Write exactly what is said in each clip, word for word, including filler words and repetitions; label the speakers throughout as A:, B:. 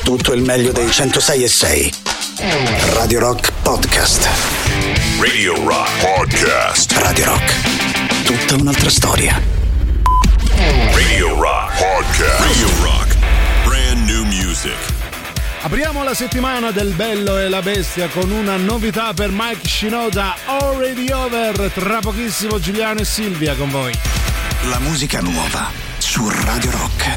A: tutto il meglio dei centosei e sei. Radio Rock Podcast.
B: Radio Rock Podcast.
A: Radio Rock. Tutta un'altra storia.
B: Radio Rock Podcast. Radio Rock. Brand new music.
C: Apriamo la settimana del Bello e la Bestia con una novità per Mike Shinoda, Already Over. Tra pochissimo Giuliano e Silvia con voi.
A: La musica nuova su Radio Rock.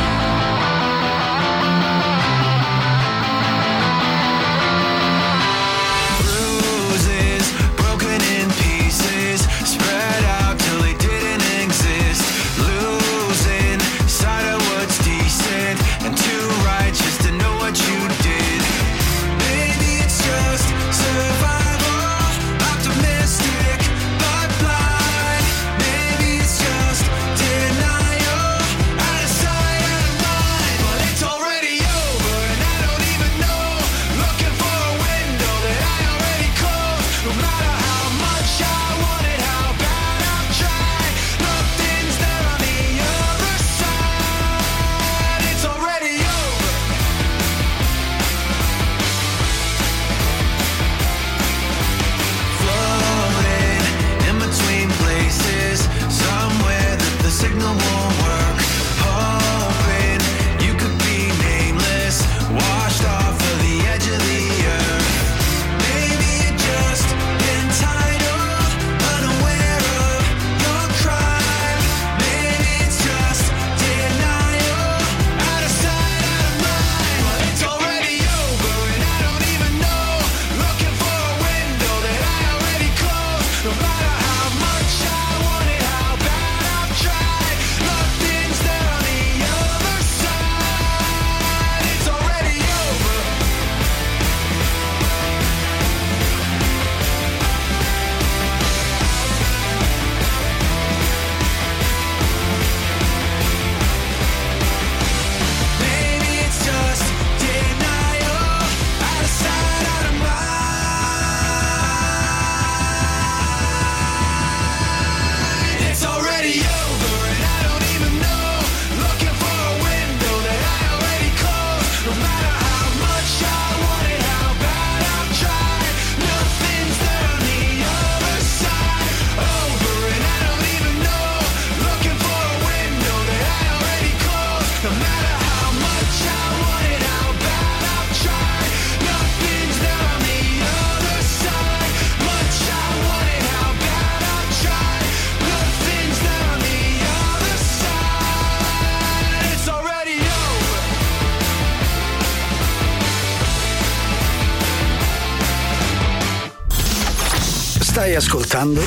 A: Stai ascoltando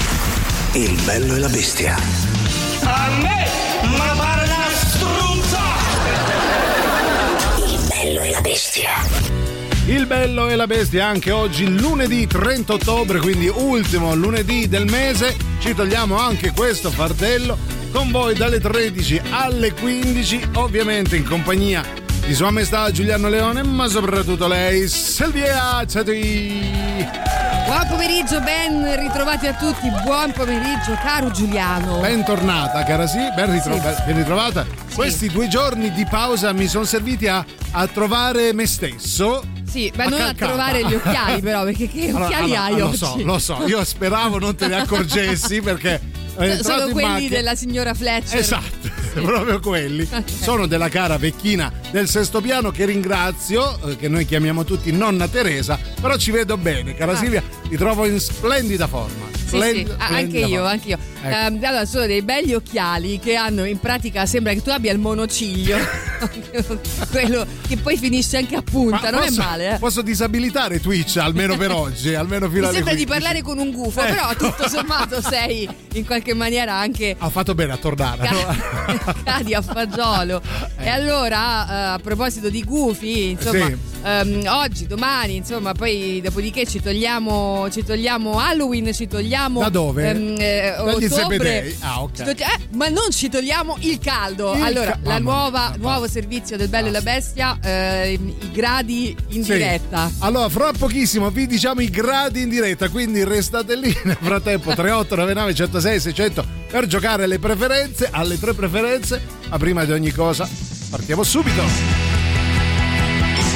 A: Il Bello e la Bestia.
D: A me, ma pare una struzza!
A: Il Bello e la Bestia.
C: Il Bello e la Bestia anche oggi, lunedì trenta ottobre, quindi ultimo lunedì del mese. Ci togliamo anche questo fardello con voi dalle tredici alle quindici, ovviamente in compagnia di Sua Maestà Giuliano Leone, ma soprattutto lei, Silvia Ciati.
E: Buon pomeriggio, ben ritrovati a tutti, buon pomeriggio caro Giuliano.
C: Bentornata cara, sì, ben, ritro-
E: Sì.
C: ben ritrovata.
E: Sì.
C: Questi due giorni di pausa mi sono serviti a, a trovare me stesso.
E: Sì, ma
C: a
E: non a
C: calcata.
E: trovare gli occhiali però, perché che
C: Allora,
E: occhiali
C: allora,
E: hai
C: lo
E: oggi?
C: so, lo so, io speravo non te ne accorgessi perché è entrato
E: Sono
C: in
E: quelli
C: macchina.
E: della signora Fletcher.
C: Esatto, proprio quelli. Sono della cara vecchina del sesto piano che ringrazio, eh, che noi chiamiamo tutti nonna Teresa, però ci vedo bene, cara
E: Ah.
C: Silvia, ti trovo in splendida forma.
E: Sì,
C: Splend-
E: sì, ah, anche
C: splendida
E: io,
C: forma.
E: anche io.
C: Ecco.
E: Ehm, allora, sono dei belli occhiali che hanno in pratica, sembra che tu abbia il monociglio, quello che poi finisce anche a punta,
C: Ma
E: non
C: posso,
E: è male, eh?
C: Posso disabilitare Twitch almeno per oggi, almeno fino
E: Mi
C: alle
E: sembra di
C: quindici.
E: parlare con un gufo,
C: Ecco.
E: però tutto sommato sei in qualche maniera anche
C: Ha fatto bene a tornare. no?
E: cadi a fagiolo. E allora, eh, a proposito di gufi, insomma,
C: Sì.
E: ehm, oggi, domani, insomma, poi dopodiché ci togliamo, ci togliamo Halloween, ci togliamo
C: Da dove?
E: ehm, eh,
C: Dagli
E: ottobre.
C: Zebedei. Ah, ok.
E: Ci togli- eh, ma non ci togliamo il caldo.
C: Il
E: allora,
C: ca-
E: la
C: mamma
E: nuova,
C: mia,
E: nuovo
C: basta.
E: servizio del Bello e la Bestia, eh, i gradi in
C: Sì.
E: diretta.
C: Allora, fra pochissimo vi diciamo i gradi in diretta, quindi restate lì. Nel frattempo tre otto nove nove uno zero sei sei zero zero per giocare alle preferenze, alle tre preferenze. Ma prima di ogni cosa partiamo subito.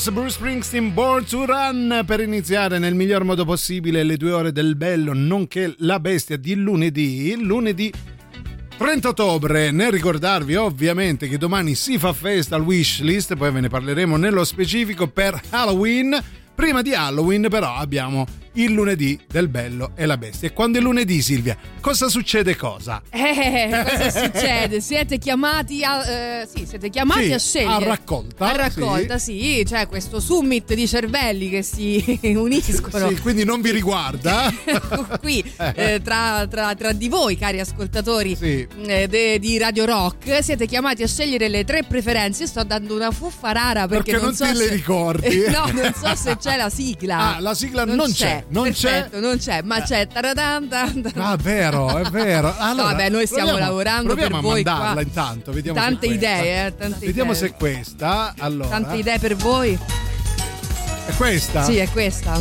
C: Beatles, Bruce Springsteen, Born to Run, per iniziare nel miglior modo possibile le due ore del bello, nonché la bestia di lunedì, lunedì trenta ottobre. Nel ricordarvi ovviamente che domani si fa festa al Wishlist, poi ve ne parleremo nello specifico per Halloween. Prima di Halloween però abbiamo il lunedì del bello e la bestia. E quando è lunedì, Silvia, cosa succede cosa?
E: Eh, cosa succede? Siete chiamati a eh, sì, siete chiamati
C: Sì,
E: a scegliere.
C: a raccolta,
E: A raccolta, sì. sì, c'è questo summit di cervelli che si uniscono.
C: Sì, quindi non vi riguarda.
E: Qui eh, tra, tra, tra di voi, cari ascoltatori
C: Sì.
E: eh, de, di Radio Rock, siete chiamati a scegliere le tre preferenze. Io sto dando una fuffa rara perché,
C: Perché non
E: so
C: te le
E: se,
C: ricordi.
E: eh, no, non so se c'è la sigla.
C: Ah, la sigla non c'è, non
E: Perfetto,
C: c'è.
E: non c'è, ma c'è. Taradan, tan, tan.
C: Ah, vero, è vero. Allora,
E: No, vabbè, noi stiamo
C: proviamo-
E: lavorando per
C: proviamo
E: voi
C: a mandarla
E: qua.
C: intanto, vediamo
E: Tante
C: se è questa.
E: idee, eh, tante
C: Vediamo
E: idee.
C: se è questa. Allora,
E: Tante idee per voi?
C: è questa?
E: Sì, è questa.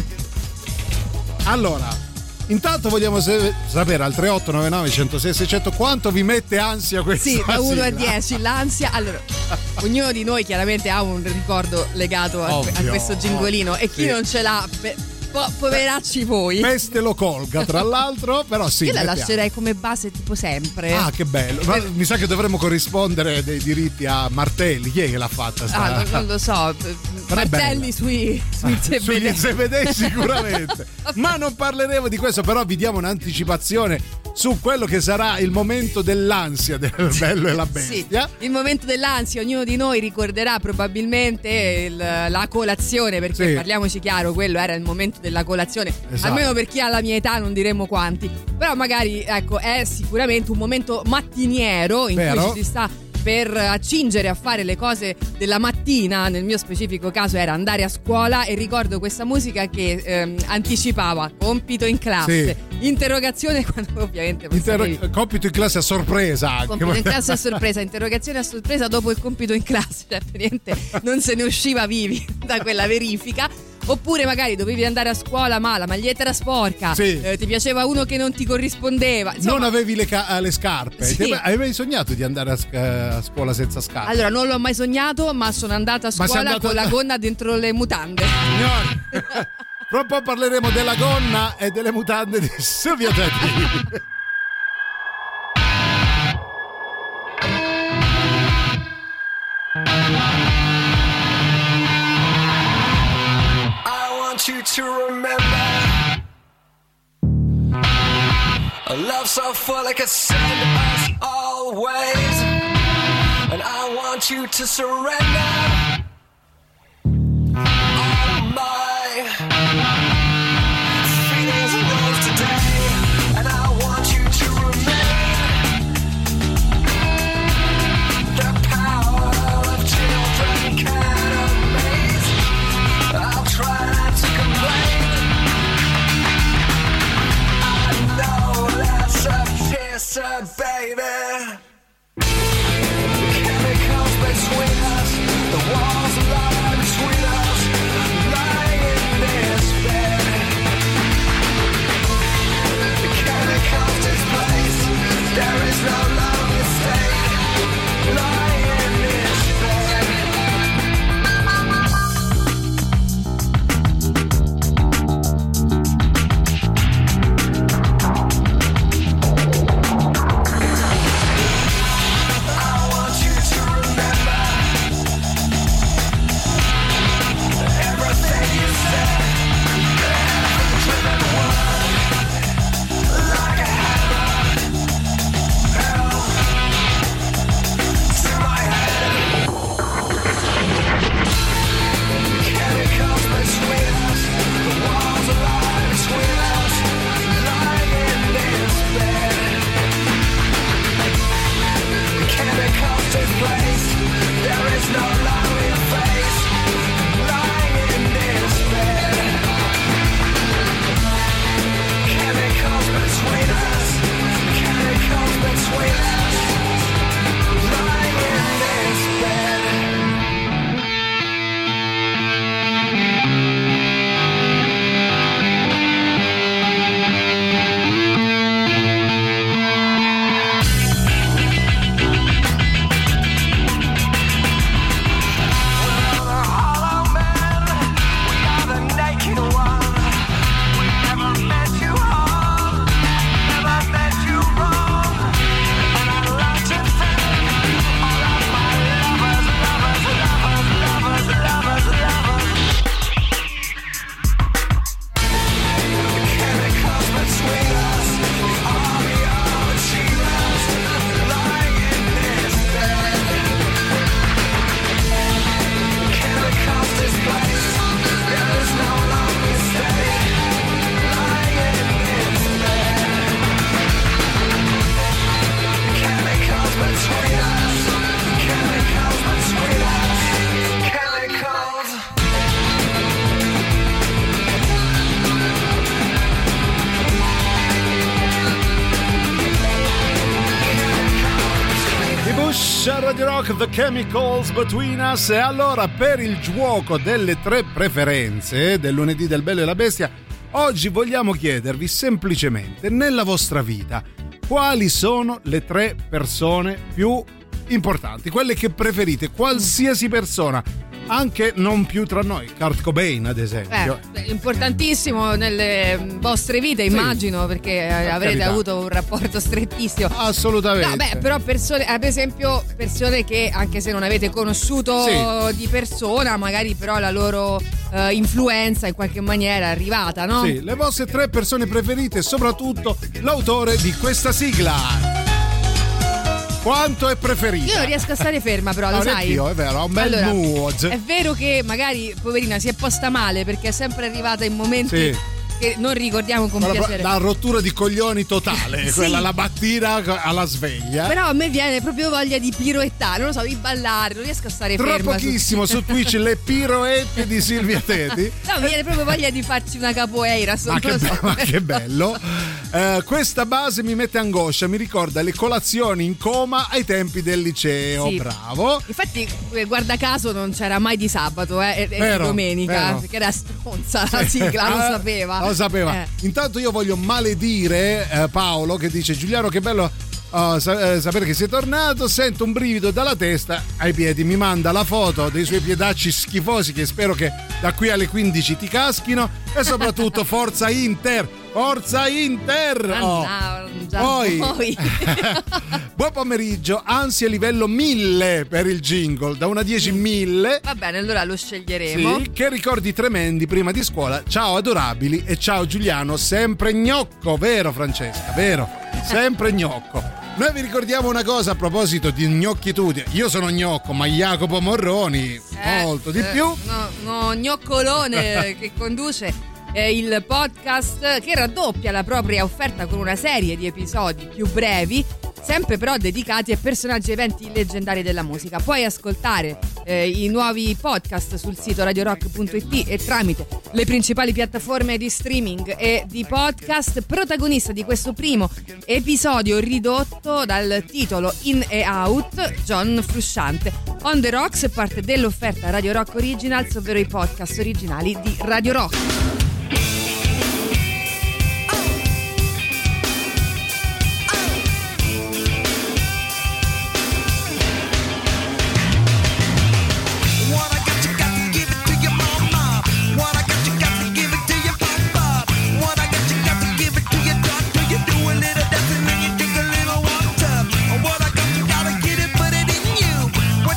C: Allora, intanto vogliamo se- sapere al tre otto nove nove uno zero sei sei zero zero quanto vi mette ansia questa
E: Sì, da uno a
C: sigla.
E: dieci, l'ansia. Allora, ognuno di noi chiaramente ha un ricordo legato a,
C: Ovvio,
E: a questo gingolino e chi
C: sì.
E: non ce l'ha, pe- po- poveracci voi.
C: Peste lo colga, tra l'altro, però sì.
E: Io la
C: mettiamo.
E: lascerei come base tipo sempre.
C: Ah, che bello. Ma mi sa che dovremmo corrispondere dei diritti a Martelli. Chi è che l'ha fatta? Sta...
E: Ah, non, non lo so.
C: Però è
E: Martelli
C: bella.
E: sui, sui
C: Sugli
E: zebedei.
C: zebedei sicuramente. Ma non parleremo di questo, però vi diamo un'anticipazione su quello che sarà il momento dell'ansia del bello e la bestia.
E: Sì, il momento dell'ansia, ognuno di noi ricorderà probabilmente il- la colazione, perché
C: Sì.
E: parliamoci chiaro, quello era il momento della colazione,
C: Esatto.
E: almeno per chi ha la mia età, non diremo quanti, però magari ecco è sicuramente un momento mattiniero in
C: Vero.
E: cui ci si sta per accingere a fare le cose della mattina. Nel mio specifico caso era andare a scuola, e ricordo questa musica che ehm, anticipava compito in classe, interrogazione quando ovviamente non
C: Interro-
E: sapevi.
C: compito in classe a sorpresa anche.
E: Compito in classe a sorpresa, interrogazione a sorpresa dopo il compito in classe, cioè niente, non se ne usciva vivi da quella verifica. Oppure magari dovevi andare a scuola ma la maglietta era sporca,
C: Sì.
E: eh, ti piaceva uno che non ti corrispondeva, insomma.
C: Non avevi le, ca- le scarpe.
E: Sì.
C: Ti- Avevi mai sognato di andare a, sc- a scuola senza scarpe?
E: Allora non l'ho mai sognato, ma sono andata a
C: Ma sei
E: scuola
C: andata-
E: con la gonna dentro le mutande.
C: Signori, fra un po' parleremo della gonna e delle mutande di Silvia Teddy.
F: I want you to remember a love so full it could send us always. And I want you to surrender all my feelings rose today. And I want you to remember the power of children can amaze. I'll try not to complain. I know that's a kisser, baby. Chemicals between us, the walls lie between us, lying in this bed. The chemicals displaced, there is no longer state, lying in this bed. I want you to remember everything you said. Every driven word, like a hammer, hell to my head. Chemicals between us, the walls lie between us, lying in this bed. Chemicals displaced, there is no lovely face, lying in this bed. Chemicals between us, chemicals between us, lying in this bed.
C: I Bush a Radio Rock, The Chemicals Between Us. E allora, per il gioco delle tre preferenze del lunedì del Bello e la Bestia, oggi vogliamo chiedervi semplicemente, nella vostra vita, quali sono le tre persone più importanti, quelle che preferite, qualsiasi persona, anche non più tra noi, Kurt Cobain ad esempio.
E: Eh, importantissimo nelle vostre vite, immagino, sì, perché per avrete carità. avuto un rapporto strettissimo.
C: Assolutamente.
E: No, beh, però persone, ad esempio persone che anche se non avete conosciuto sì. di persona, magari però la loro uh, influenza in qualche maniera è arrivata, no?
C: Sì, le vostre tre persone preferite e soprattutto l'autore di questa sigla. Quanto è preferita?
E: Io non riesco a stare ferma, però,
C: no,
E: lo sai.
C: Io, è vero, ho un bel
E: allora,
C: mood.
E: È vero che magari, poverina, si è posta male perché è sempre arrivata in momenti sì. che non ricordiamo con
C: la,
E: piacere.
C: La rottura di coglioni totale,
E: sì.
C: quella la mattina alla sveglia.
E: Però a me viene proprio voglia di piroettare, non lo so, di ballare, non riesco a stare
C: Tra
E: ferma.
C: Tra pochissimo su... su Twitch le piroette di Silvia Teti.
E: No, mi viene proprio voglia di farci una capoeira.
C: Ma che,
E: so.
C: ma che bello. Uh, questa base mi mette angoscia, mi ricorda le colazioni in coma ai tempi del liceo. Sì. Bravo.
E: Infatti, guarda caso, non c'era mai di sabato eh, e vero, domenica, vero. Perché era stronza la sigla, lo sapeva.
C: Lo sapeva. Eh. Intanto io voglio maledire eh, Paolo che dice: Giuliano, che bello uh, sa- eh, sapere che sei tornato, sento un brivido dalla testa ai piedi. Mi manda la foto dei suoi piedacci schifosi che spero che da qui alle quindici ti caschino, e soprattutto forza Inter. Forza Inter! Oh. Poi, poi. Buon pomeriggio, ansia livello mille per il jingle, da una a dieci mille.
E: Va bene, allora lo sceglieremo.
C: Sì, che ricordi tremendi prima di scuola. Ciao adorabili e ciao Giuliano, sempre gnocco, vero Francesca, vero? Sempre gnocco. Noi vi ricordiamo una cosa a proposito di gnocchitudine. Io sono gnocco, ma Jacopo Morroni eh, molto di
E: eh,
C: più.
E: No, no, gnoccolone che conduce il podcast, che raddoppia la propria offerta con una serie di episodi più brevi, sempre però dedicati a personaggi e eventi leggendari della musica. Puoi ascoltare eh, i nuovi podcast sul sito radio rock punto it e tramite le principali piattaforme di streaming e di podcast. Protagonista di questo primo episodio ridotto dal titolo In e Out, John Frusciante. On the Rocks è parte dell'offerta Radio Rock Originals, ovvero i podcast originali di Radio Rock.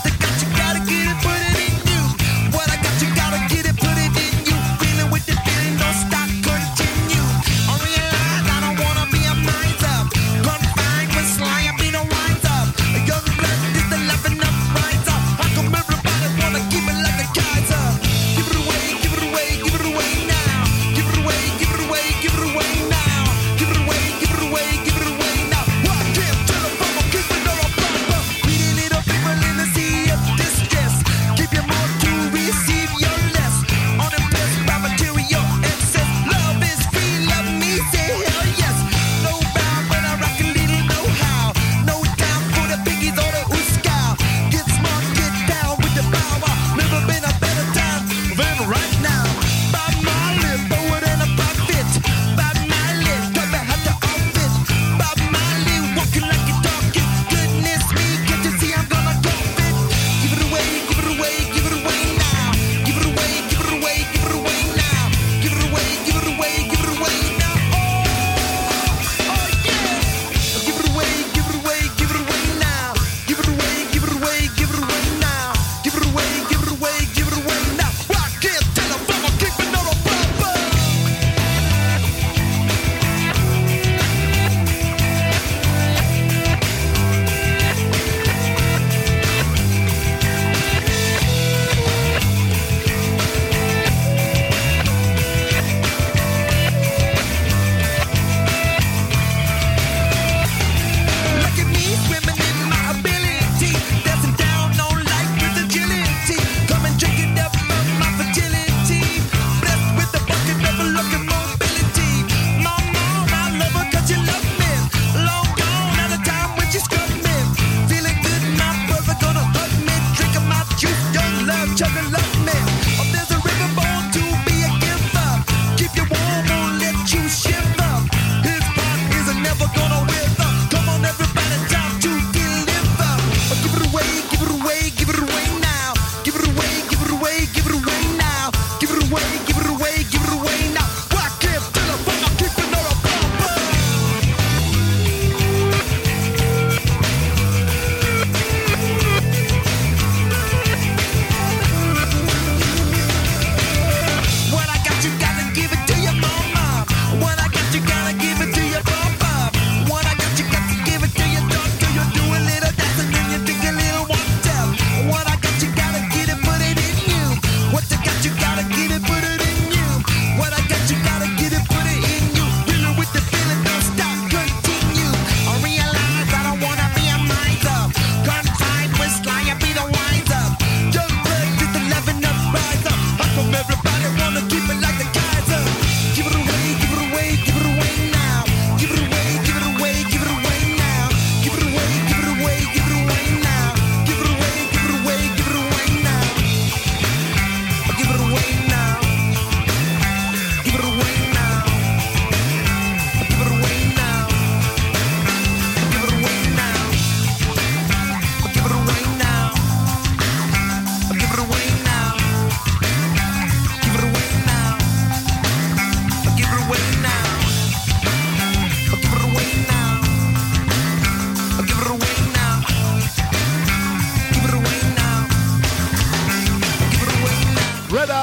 F: Feeling with the feeling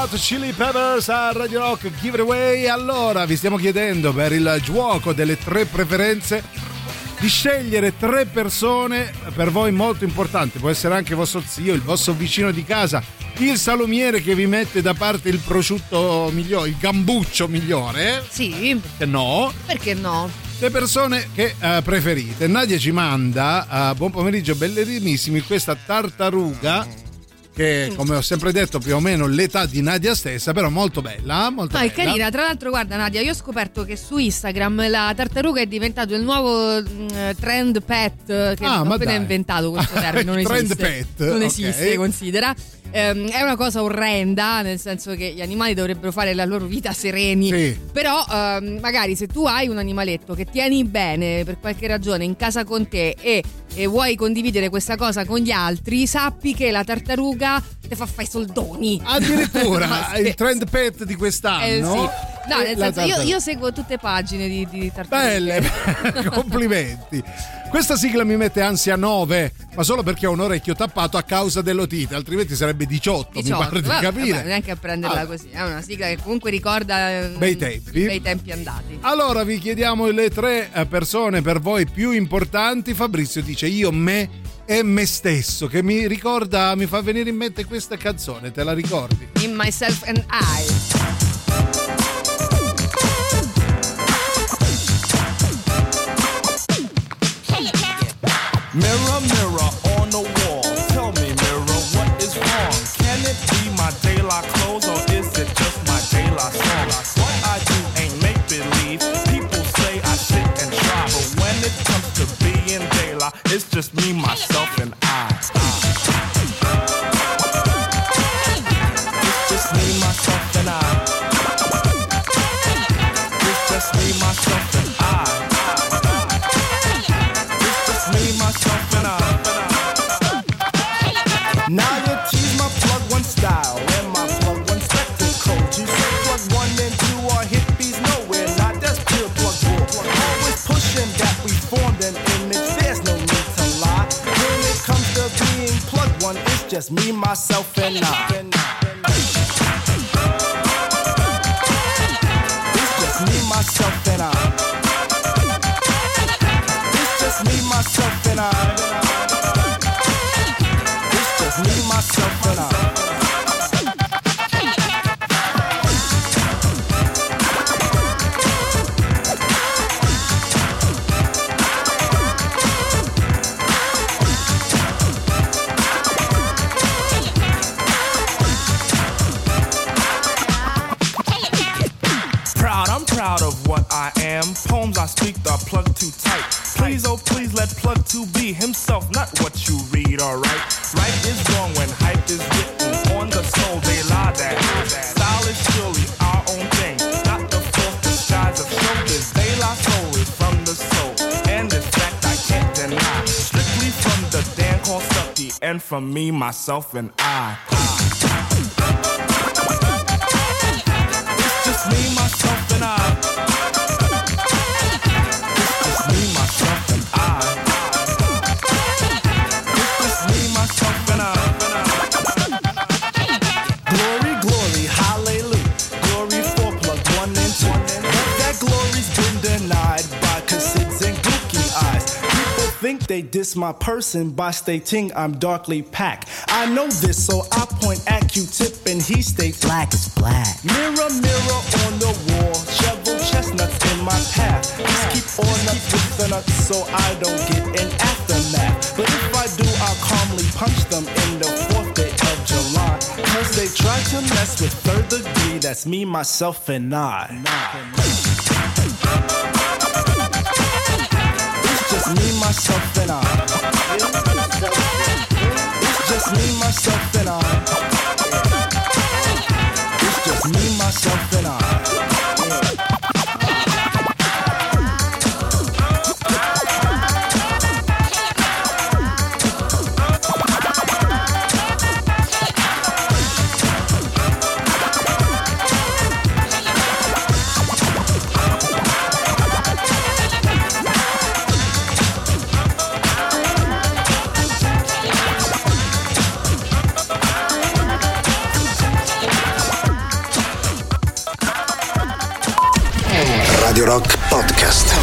C: Hot Chili Peppers a Radio Rock Giveaway. Allora, vi stiamo chiedendo per il gioco delle tre preferenze di scegliere tre persone per voi molto importanti. Può essere anche vostro zio, il vostro vicino di casa, il salumiere che vi mette da parte il prosciutto migliore, il gambuccio migliore.
E: Sì.
C: Perché no?
E: Perché no?
C: Le persone che uh, preferite. Nadia ci manda uh, buon pomeriggio bellerimissimi, questa tartaruga che, come ho sempre detto, più o meno l'età di Nadia stessa, però molto bella, molto
E: no,
C: bella.
E: È carina. Tra l'altro, guarda Nadia, io ho scoperto che su Instagram la tartaruga è diventato il nuovo mh, trend pet, che
C: ah,
E: ho appena
C: dai.
E: inventato questo termine, non
C: trend
E: esiste.
C: pet.
E: Non
C: okay.
E: esiste, considera. Ehm, è una cosa orrenda, nel senso che gli animali dovrebbero fare la loro vita sereni.
C: Sì.
E: Però ehm, magari se tu hai un animaletto che tieni bene per qualche ragione in casa con te e, e vuoi condividere questa cosa con gli altri, sappi che la tartaruga te fa fare i soldoni.
C: Addirittura il trend pet di quest'anno.
E: Eh, sì. No, nel senso, io, io seguo tutte pagine di, di tartarughe.
C: Belle, complimenti. Questa sigla mi mette ansia nove, ma solo perché ho un orecchio tappato a causa dell'otite, altrimenti sarebbe diciotto,
E: diciotto.
C: mi pare di
E: vabbè,
C: capire.
E: Vabbè, neanche a prenderla
C: ah.
E: così. È una sigla che comunque ricorda
C: bei tempi.
E: bei tempi andati.
C: Allora vi chiediamo le tre persone per voi più importanti. Fabrizio dice io, me e me stesso, che mi ricorda, mi fa venire in mente questa canzone, te la ricordi?
E: In Myself and I.
G: Mirror, mirror on the wall, tell me, mirror, what is wrong? Can it be my daylight clothes or is it just my daylight song? What I do ain't make-believe, people say I sit and try, but when it comes to being daylight, it's just me, myself, and I. It's just me, myself, and I. It's just me, myself, and I. Myself and I. Now you tease my plug one style and my plug one spectacle. You say plug one and two are hippies, nowhere not. That's pure plug bull. Always pushing that we formed an image. There's no need to lie. When it comes to being plug one, it's just me, myself, and I. It's just me, myself, and I. Me, myself, and I. It's just me, myself, and I. Proud, I'm proud of what I am. Poems I speak are plugged too tight. Please, oh please, let plug two be himself, not what you read, alright? Right is wrong when hype is written on the soul, they lie that. Style is surely our own thing, not the false disguise of showbiz. They lie soul is from the soul, and in fact I can't deny. Strictly from the Dan called Stucky, and from me, myself, and I. It's just me, myself, and I. Think they diss my person by stating I'm darkly packed. I know this, so I point at Q-tip and he states black is black. Mirror, mirror on the wall, shovel chestnuts in my path. Just keep on up with the nuts so I don't get an aftermath. But if I do, I'll calmly punch them in the fourth day of July. Cause they try to mess with third degree, that's me, myself, and I. Me, myself, and I. It's just me, myself, and I. It's just me, myself, and I.
A: Radio Rock Podcast.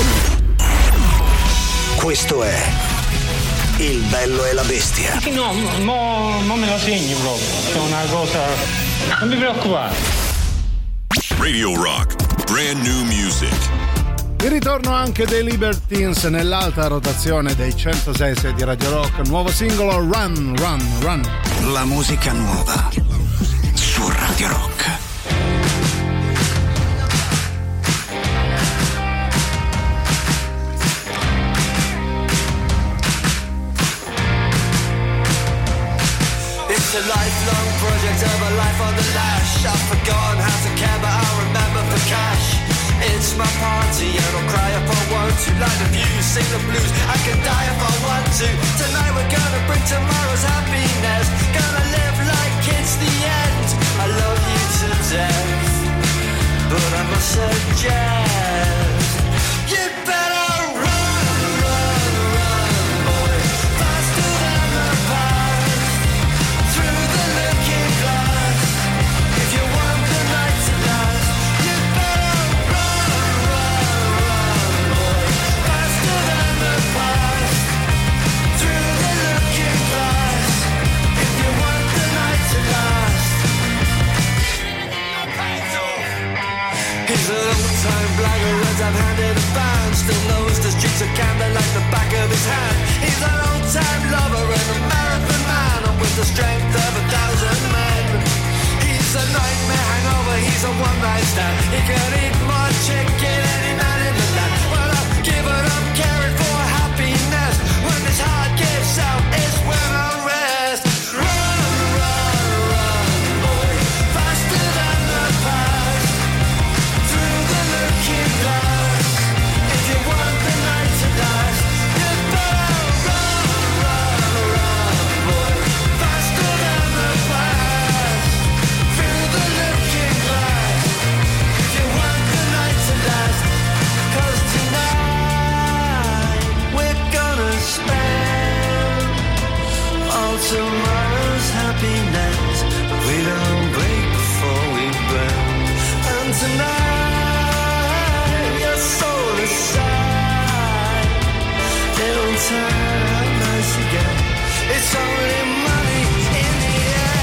A: Questo è Il bello e la bestia.
D: No, mo, mo me lo segni proprio. È una cosa. Non mi preoccupare.
B: Radio Rock, brand new music.
C: Il ritorno anche dei Libertines nell'alta rotazione dei centosei di Radio Rock. Nuovo singolo Run, Run, Run.
A: La musica nuova su Radio Rock.
F: It's a lifelong project of a life on the lash. I've forgotten how to care, but I'll remember for cash. It's my party and I'll cry if I want to. Light the views, sing the blues, I can die if I want to. Tonight we're gonna bring tomorrow's happiness. Gonna live like it's the end. I love you to death, but I must suggest you'd better run, run, run, boy, faster than the past. Through the looking glass, if you want the night to last, you'd better run, run, run, boy, faster than the past. Through the looking glass, if you want the night to last. He's an old-time blagger, runs up hand in a band. Still knows the streets of Camden like the back of his hand. He's an old-time lover and a marathon man, and with the strength of a thousand men. He's a nightmare hangover, he's a one-night stand. He can eat more chicken any man in the land. Well, I've given up caring for happiness. When this heart gives out, it's when I rest. Run, run, run, boy, faster than the past. Through the looking glass, if you want the night to last, you better run, run, run, boy, faster than the past. Through the looking glass, if you want the night to last. 'Cause tonight we're gonna spend all tomorrow's happiness. We don't break before we burn. And tonight your soul aside, it'll turn out nice again. It's only money in the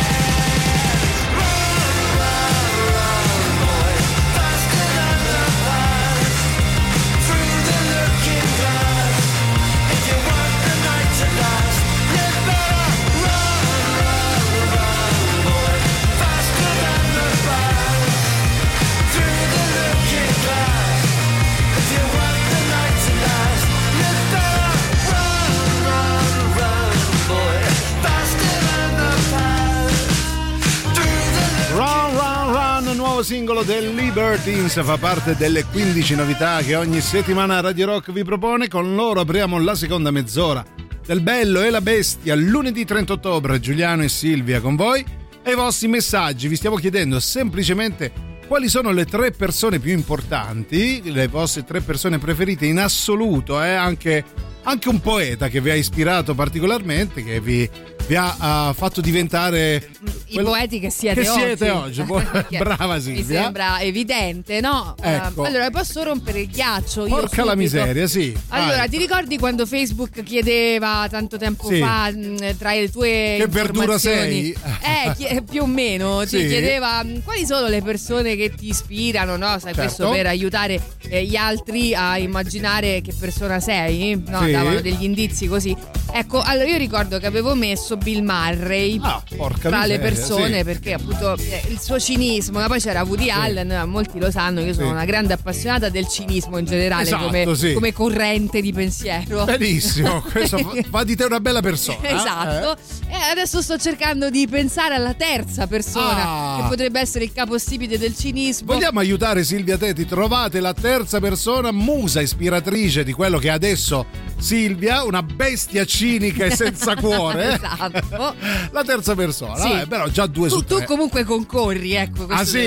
F: end. Run, run, run, boy, faster than the past. Through the looking glass, if you want the night to last, you better run, run, run, boy, faster than the past. Through the looking glass, if you want the night to last, you better run, run, run, boy, faster than the past. Through the
C: Run, Run, Run, nuovo singolo del Libertines, fa parte delle quindici novità che ogni settimana Radio Rock vi propone. Con loro apriamo la seconda mezz'ora del Bello e la Bestia, lunedì trenta ottobre. Giuliano e Silvia con voi e i vostri messaggi. Vi stiamo chiedendo semplicemente quali sono le tre persone più importanti, le vostre tre persone preferite in assoluto, eh? anche, anche un poeta che vi ha ispirato particolarmente, che vi, vi ha uh, fatto diventare
E: I poeti che siete
C: che
E: oggi.
C: siete oggi. Brava Silvia.
E: Mi sembra evidente, no?
C: Ecco.
E: Uh, allora, posso rompere il ghiaccio? Io
C: Porca la
E: subito?
C: miseria, sì.
E: Allora,
C: vai.
E: ti ricordi quando Facebook chiedeva tanto tempo
C: Sì.
E: fa mh, tra le tue
C: Che verdura
E: informazioni-
C: sei?
E: Eh, chi- più o meno ti
C: Sì.
E: chiedeva mh, quali sono le persone che ti ispirano, no? Sai,
C: Certo.
E: questo per aiutare eh, gli altri a immaginare che persona sei, no?
C: Sì.
E: Davano degli indizi così. Ecco, allora io ricordo che avevo messo Bill Murray
C: Ah, porca
E: tra le
C: miseria,
E: persone
C: sì.
E: perché appunto eh, il suo cinismo, ma poi c'era Woody Allen, molti lo sanno, io sono
C: Sì.
E: una grande appassionata del cinismo in generale,
C: Esatto,
E: come,
C: sì.
E: come corrente di pensiero.
C: Benissimo, questo fa- fa di te una bella persona.
E: Esatto.
C: eh?
E: E adesso sto cercando di pensare alla terza persona
C: Ah.
E: che potrebbe essere il capostipite del cinismo.
C: Vogliamo aiutare Silvia Teti? Trovate la terza persona, musa ispiratrice di quello che è adesso Silvia, una bestia cinica e senza cuore.
E: Esatto.
C: La terza persona,
E: Sì.
C: vabbè, però già due
E: Tu,
C: su tre.
E: tu comunque concorri, ecco. questo
C: Ah, sì?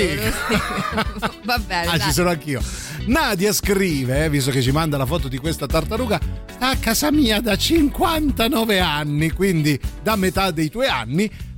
E: devo- Va bene.
C: Ah,
E: dai.
C: ci sono anch'io. Nadia scrive, eh, visto che ci manda la foto di questa tartaruga, sta a casa mia da cinquantanove anni, quindi da metà dei tuoi anni.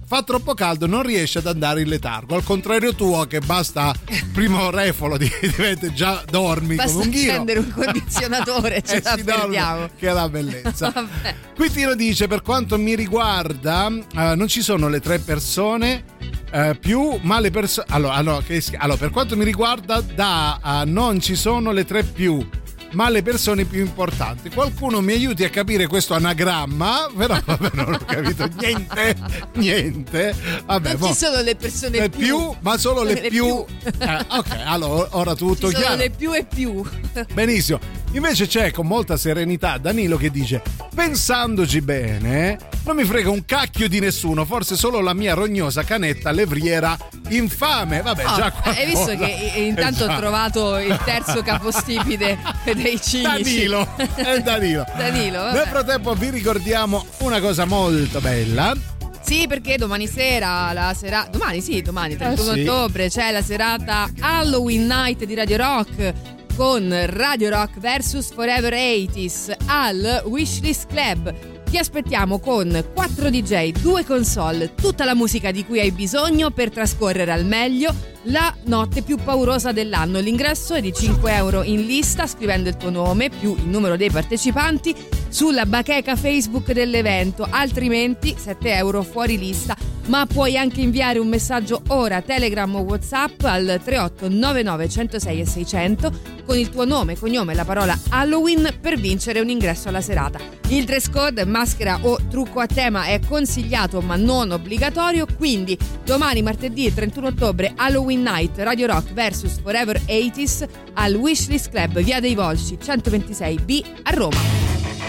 C: fa troppo caldo, non riesce ad andare in letargo, al contrario tuo che basta primo refolo diventi già dormi
E: basta
C: come un ghiro.
E: accendere un condizionatore ce
C: eh,
E: la perdiamo,
C: che è la bellezza. Qui Tino dice: per quanto mi riguarda uh, non ci sono le tre persone uh, più ma le persone allora, allora, che... allora per quanto mi riguarda da uh, non ci sono le tre più ma le persone più importanti. Qualcuno mi aiuti a capire questo anagramma, però vabbè, non ho capito niente, niente. Vabbè,
E: non
C: boh.
E: ci sono le persone
C: le
E: più,
C: più, ma solo le,
E: le
C: più.
E: più.
C: Eh, ok, allora ora tutto
E: ci
C: chiaro.
E: sono le più e più.
C: Benissimo. Invece c'è con molta serenità Danilo che dice: pensandoci bene, non mi frega un cacchio di nessuno, forse solo la mia rognosa canetta levriera infame. Vabbè,
E: oh,
C: già qualcosa.
E: Hai visto che intanto ho trovato il terzo capostipite dei cinici.
C: Danilo, è Danilo.
E: Danilo, vabbè.
C: Nel frattempo vi ricordiamo una cosa molto bella.
E: Sì, perché domani sera, la sera... domani sì, domani, trentuno
C: eh sì.
E: ottobre, c'è la serata Halloween Night di Radio Rock con Radio Rock versus Forever ottanta al Wishlist Club. Ti aspettiamo con quattro D J, due console, tutta la musica di cui hai bisogno per trascorrere al meglio la notte più paurosa dell'anno. L'ingresso è di cinque euro in lista scrivendo il tuo nome più il numero dei partecipanti sulla bacheca Facebook dell'evento, altrimenti sette euro fuori lista, ma puoi anche inviare un messaggio ora Telegram o WhatsApp al tre otto nove nove uno zero sei seicento con il tuo nome, cognome e la parola Halloween per vincere un ingresso alla serata. Il dress code, maschera o trucco a tema è consigliato ma non obbligatorio, quindi domani martedì trentuno ottobre Halloween Night Radio Rock versus Forever ottanta al Wishlist Club, via dei Volsci centoventisei B a Roma.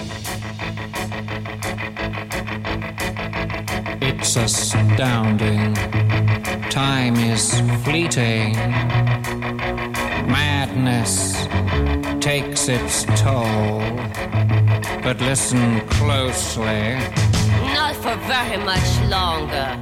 H: It's astounding. Time is fleeting. Madness takes its toll. But listen closely.
I: Not for very much longer.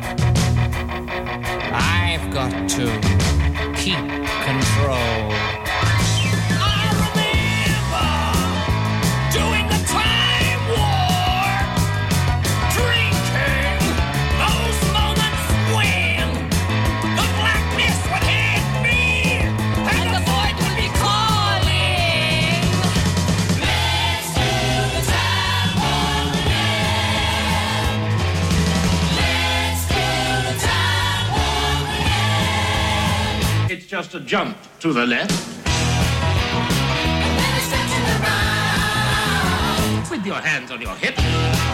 H: I've got to keep control.
F: I remember doing the time war, drinking those moments when the blackness would hit me and the void would be calling. Let's do the time war again. Let's do the time war again.
D: It's just a jump to the left. With your hands on your hips.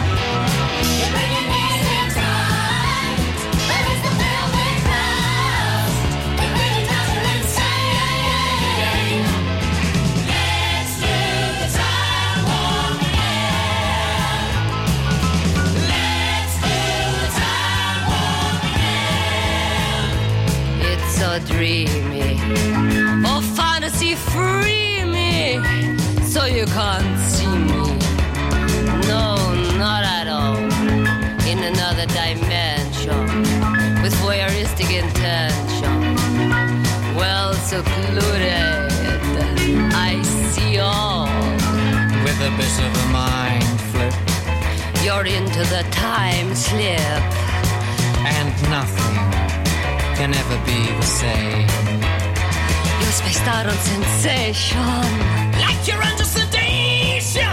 I: It's so dreamy. Oh, fantasy free me. So you can't see me. No, not at all. In another dimension. With voyeuristic intention. Well secluded. I see all.
H: With a bit of a mind flip.
I: You're into the time slip.
H: And nothing can ever be the same.
I: You're spaced out on sensation.
F: Like you're under sedation.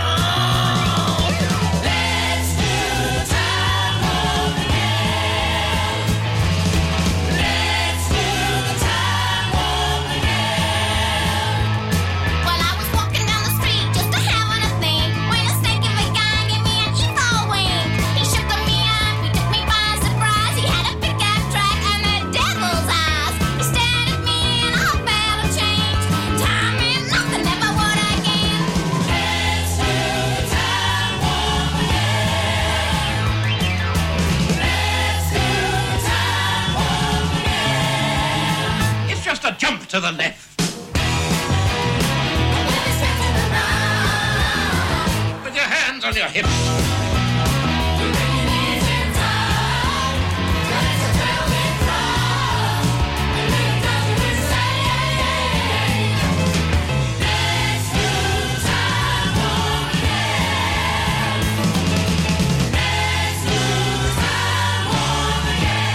F: Let's do the time war again. Let's do the time war again.
J: Well, I was walking down the street just a having a thing when a stinking big guy gave me an evil wink. He shook me up, he took me by surprise. He had a pickup truck and the devil's eyes. He stared at me and I hope that'll change. Time and nothing ever would again.
F: Let's do the time war again. Let's do the time war again. It's just a jump to the left. With your hands on your hips. Let's do the time war again.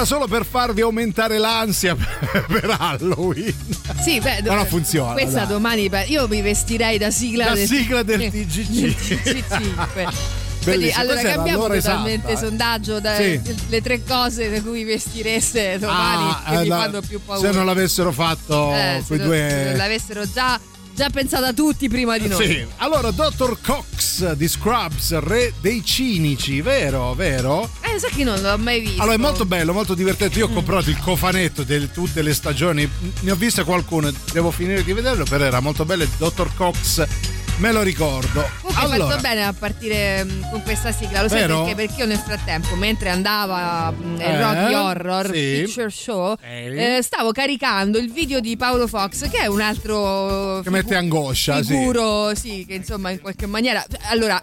C: solo per farvi aumentare l'ansia per Halloween.
E: Sì, beh,
C: ma non funziona.
E: Questa
C: dai.
E: domani io mi vestirei da sigla
C: da
E: del,
C: sigla del T G C.
E: T G cinque. Quindi allora cambiamo totalmente
C: esatta,
E: sondaggio da,
C: sì.
E: le tre cose da cui vestireste domani
C: ah,
E: che
C: eh,
E: mi
C: la,
E: fanno più paura.
C: Se non l'avessero fatto
E: eh,
C: quei
E: se
C: due
E: se non l'avessero già già pensata tutti prima di noi.
C: Sì. Allora, dottor Cox di Scrubs, re dei cinici, vero? Vero?
E: Eh, sa che non l'ho mai visto.
C: Allora, è molto bello, molto divertente. Io ho comprato il cofanetto di tutte le stagioni, ne ho viste qualcuno, devo finire di vederlo, però era molto bello. Il dottor Cox, me lo ricordo.
E: Comunque
C: allora,
E: hai fatto bene a partire mh, con questa sigla, lo sai
C: vero?
E: perché? Perché io nel frattempo, mentre andava mh, il
C: Eh,
E: Rocky Horror
C: sì.
E: Picture Show,
C: Eh.
E: eh, stavo caricando il video di Paolo Fox, che è un altro
C: che mette angoscia,
E: figuro, sì. sì, che insomma in qualche maniera, allora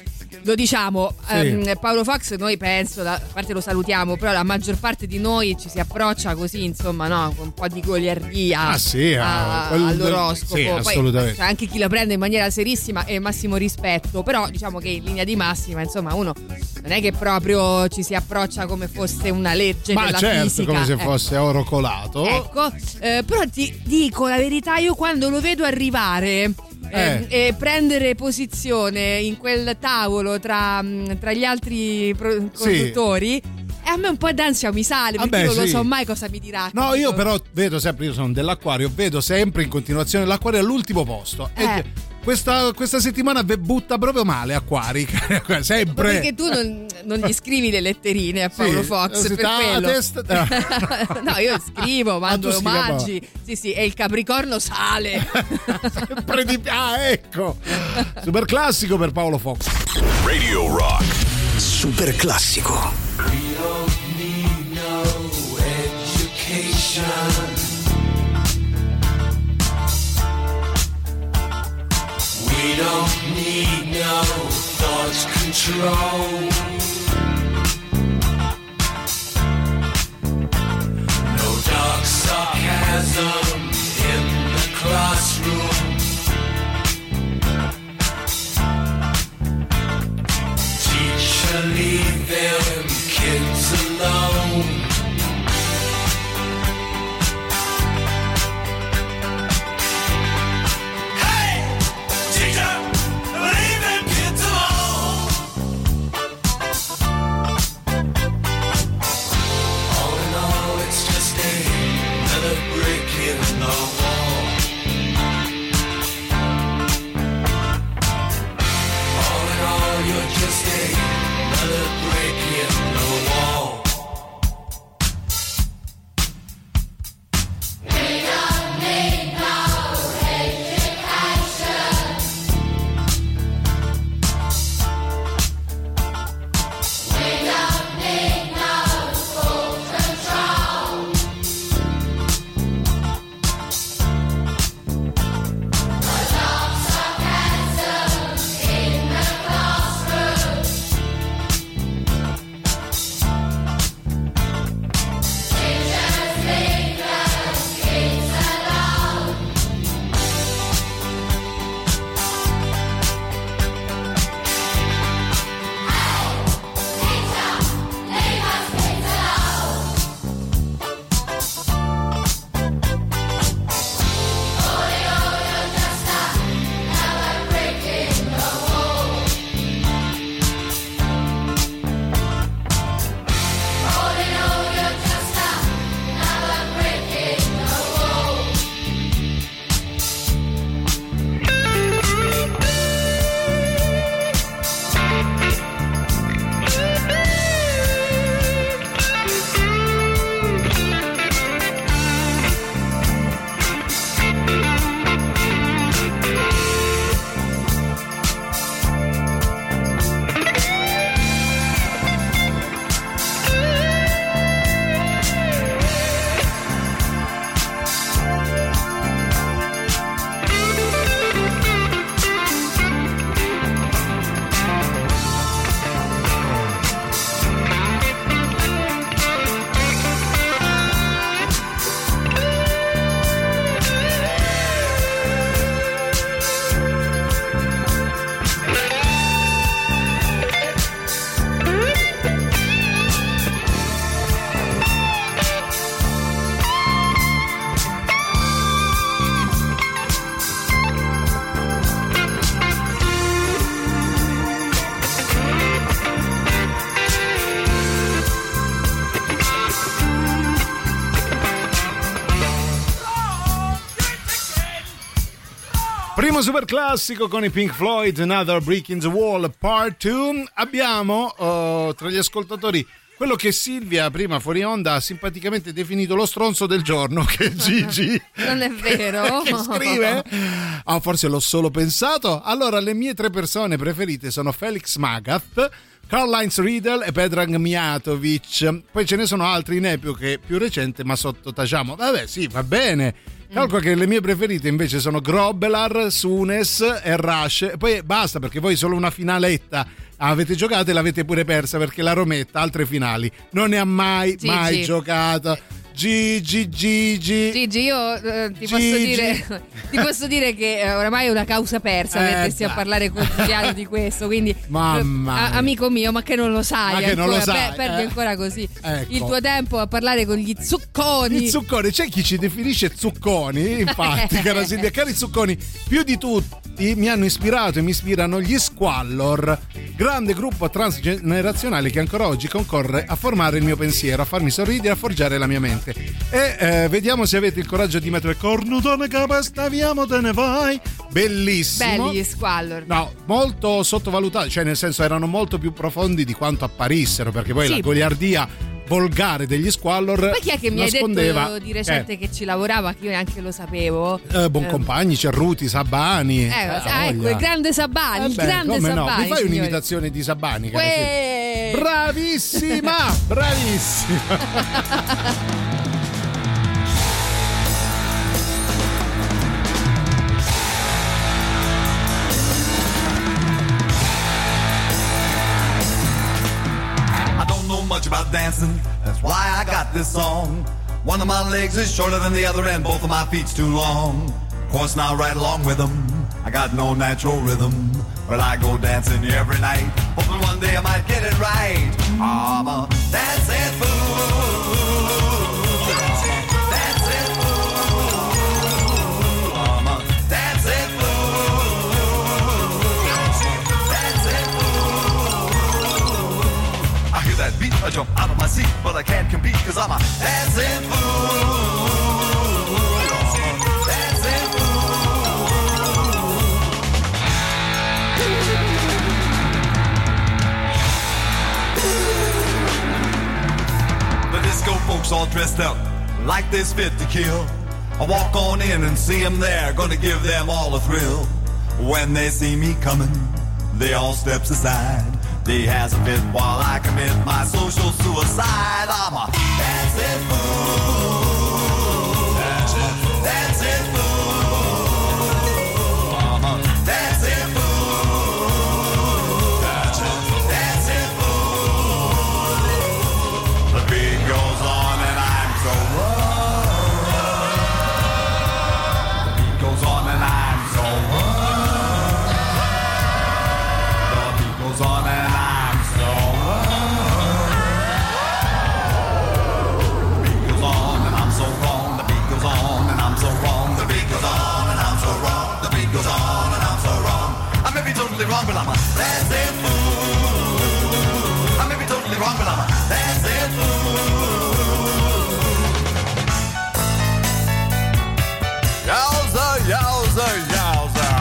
E: lo diciamo,
C: Sì.
E: ehm, Paolo Fox noi penso, da, a parte lo salutiamo, però la maggior parte di noi ci si approccia così, insomma, no, con un po' di goliardia
C: Ah, sì,
E: a-
C: quel-
E: all'oroscopo.
C: sì,
E: Poi
C: assolutamente.
E: c'è anche chi la prende in maniera serissima e massimo rispetto, però diciamo che in linea di massima, insomma, uno non è che proprio ci si approccia come fosse una legge
C: ma
E: della
C: certo,
E: fisica.
C: come se
E: ecco.
C: fosse oro colato.
E: Ecco, eh, però ti dico la verità, io quando lo vedo arrivare eh, e prendere posizione in quel tavolo tra, mh, tra gli altri pro- conduttori, e a me un po' d'ansia mi sale, perché
C: Vabbè,
E: io non
C: sì.
E: lo so mai cosa mi dirà.
C: No,
E: capito?
C: io però vedo sempre, io sono dell'acquario, vedo sempre in continuazione l'acquario all'ultimo posto.
E: Eh.
C: E questa, questa settimana ve butta proprio male acquari, sempre.
E: Perché tu non, non gli scrivi le letterine a Paolo
C: Sì,
E: Fox
C: si
E: per
C: sta a
E: quello.
C: testa-
E: No, io scrivo, mando
C: tu scrivi a
E: omaggi. Sì, sì, e il Capricorno sale.
C: Sempre di- ah, ecco. Super classico per Paolo Fox.
B: Radio Rock.
A: Super classico.
F: We don't need no education. We don't need no thought control. No dark sarcasm in the classroom. Teacher, leave them kids alone. Hey, teacher, leave them kids alone.
C: Primo super classico con i Pink Floyd, Another Brick in the Wall Part due. Abbiamo uh, tra gli ascoltatori quello che Silvia prima fuori onda ha simpaticamente definito lo stronzo del giorno, che è Gigi.
E: Non è vero?
C: Che scrive: ah, forse l'ho solo pensato. Allora, le mie tre persone preferite sono Felix Magath, Karl-Heinz Riedel e Predrag Mijatovic. Poi ce ne sono altri in epoche più recente, ma sottotaciamo. Vabbè, sì, va bene. Calcola che le mie preferite invece sono Grobelar, Sunes e Rush. Poi basta, perché voi solo una finaletta avete giocato e l'avete pure persa, perché la Rometta altre finali non ne ha mai, Gigi. mai giocato. Gigi, Gigi.
E: Gigi, io eh, ti,
C: Gigi.
E: Posso dire, ti posso dire che eh, oramai è una causa persa
C: Eh,
E: mettersi a parlare con Giuliano di questo, quindi
C: Mamma
E: eh, amico mio, ma che non lo sai,
C: Ma che non lo
E: ancora?
C: sai,
E: Beh, perdi
C: eh.
E: ancora così
C: Ecco.
E: il tuo tempo a parlare con gli zucconi.
C: I zucconi, c'è chi ci definisce zucconi, infatti, cara Silvia, cari zucconi, più di tutti mi hanno ispirato e mi ispirano gli Squallor, grande gruppo transgenerazionale che ancora oggi concorre a formare il mio pensiero, a farmi sorridere e a forgiare la mia mente. E eh, vediamo se avete il coraggio di mettere corno donna capa staviamo te ne vai. Bellissimo.
E: Belli gli Squallor.
C: No, molto sottovalutati, cioè nel senso erano molto più profondi di quanto apparissero, perché poi
E: Sì.
C: la goliardia volgare degli Squallor
E: Poi chi è che mi hai
C: nascondeva
E: detto di recente
C: eh,
E: che ci lavorava, che io neanche lo sapevo?
C: eh, Boncompagni, Cerruti, Sabani.
E: Eh, ah, ecco, il grande Sabani,
C: Eh
E: il
C: beh,
E: grande
C: come no?
E: Sabani.
C: Mi fai
E: signori.
C: un'imitazione di Sabani? cara
E: Uè!
C: Silvia? Bravissima, bravissima.
K: I don't know much about dancing, that's why I got this song. One of my legs is shorter than the other and both of my feet's too long. Of course now right along with them, I got no natural rhythm. But I go dancing every night, hoping one day I might get it right. I'm a dancing fool. Dancing fool. I'm a dancing fool. Dancing fool. I hear that beat, I jump out of my seat, but I can't compete cause I'm a dancing fool. Dancing fool. The disco folks all dressed up like they're fit to kill. I walk on in and see them there, gonna give them all a thrill. When they see me coming, they all steps aside. They has a fit while I commit my social suicide. I'm a dancing fool. Dancing fool. Dancing fool. I'm a dancing fool. Dancing fool. Dancing fool. The beat goes on and I'm so wrong. The beat goes on and I'm so wrong. The beat goes on and I'm so wrong. The beat goes on and I'm so wrong. The beat goes on and I'm so wrong. The beat goes on and I'm so wrong. The beat goes on and I'm so wrong. I may be totally wrong, but I'm a dancing fool. I may be totally wrong, but I'm a dancing fool. Yowza, yowza, yowza.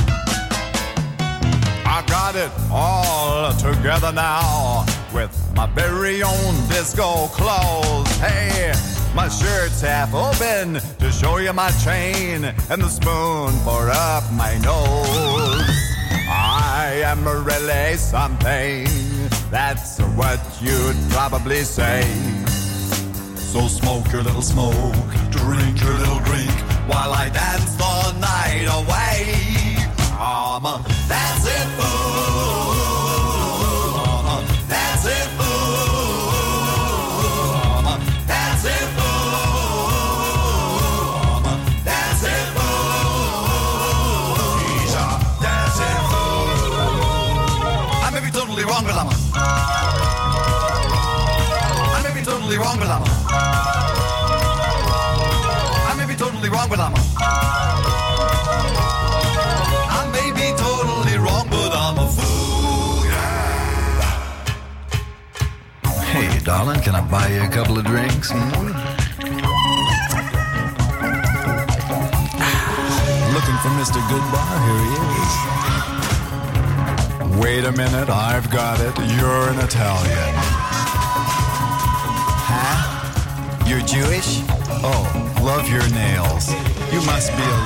K: I got it all together now with my very own disco clothes. Hey, my shirt's half open to show you my chain and the spoon for up my nose. I am really something, that's what you'd probably say. So smoke your little smoke, drink your little drink, while I dance the night away. I'm a dancing fool. I'm a dancing fool. I'm a dancing fool. I'm a dancing fool. He's a dancing fool. I may be totally wrong, but I'm a. I may be totally wrong, but I'm a. I may be totally wrong, but I'm a. I may be totally wrong, but I'm a fool, yeah.
L: Hey, darling, can I buy you a couple of drinks? Hmm?
K: Looking for
L: Mister Goodbar, here he is.
K: Wait a minute, I've got it. You're an Italian.
L: Huh? You're Jewish?
K: Oh, love your nails. You must be a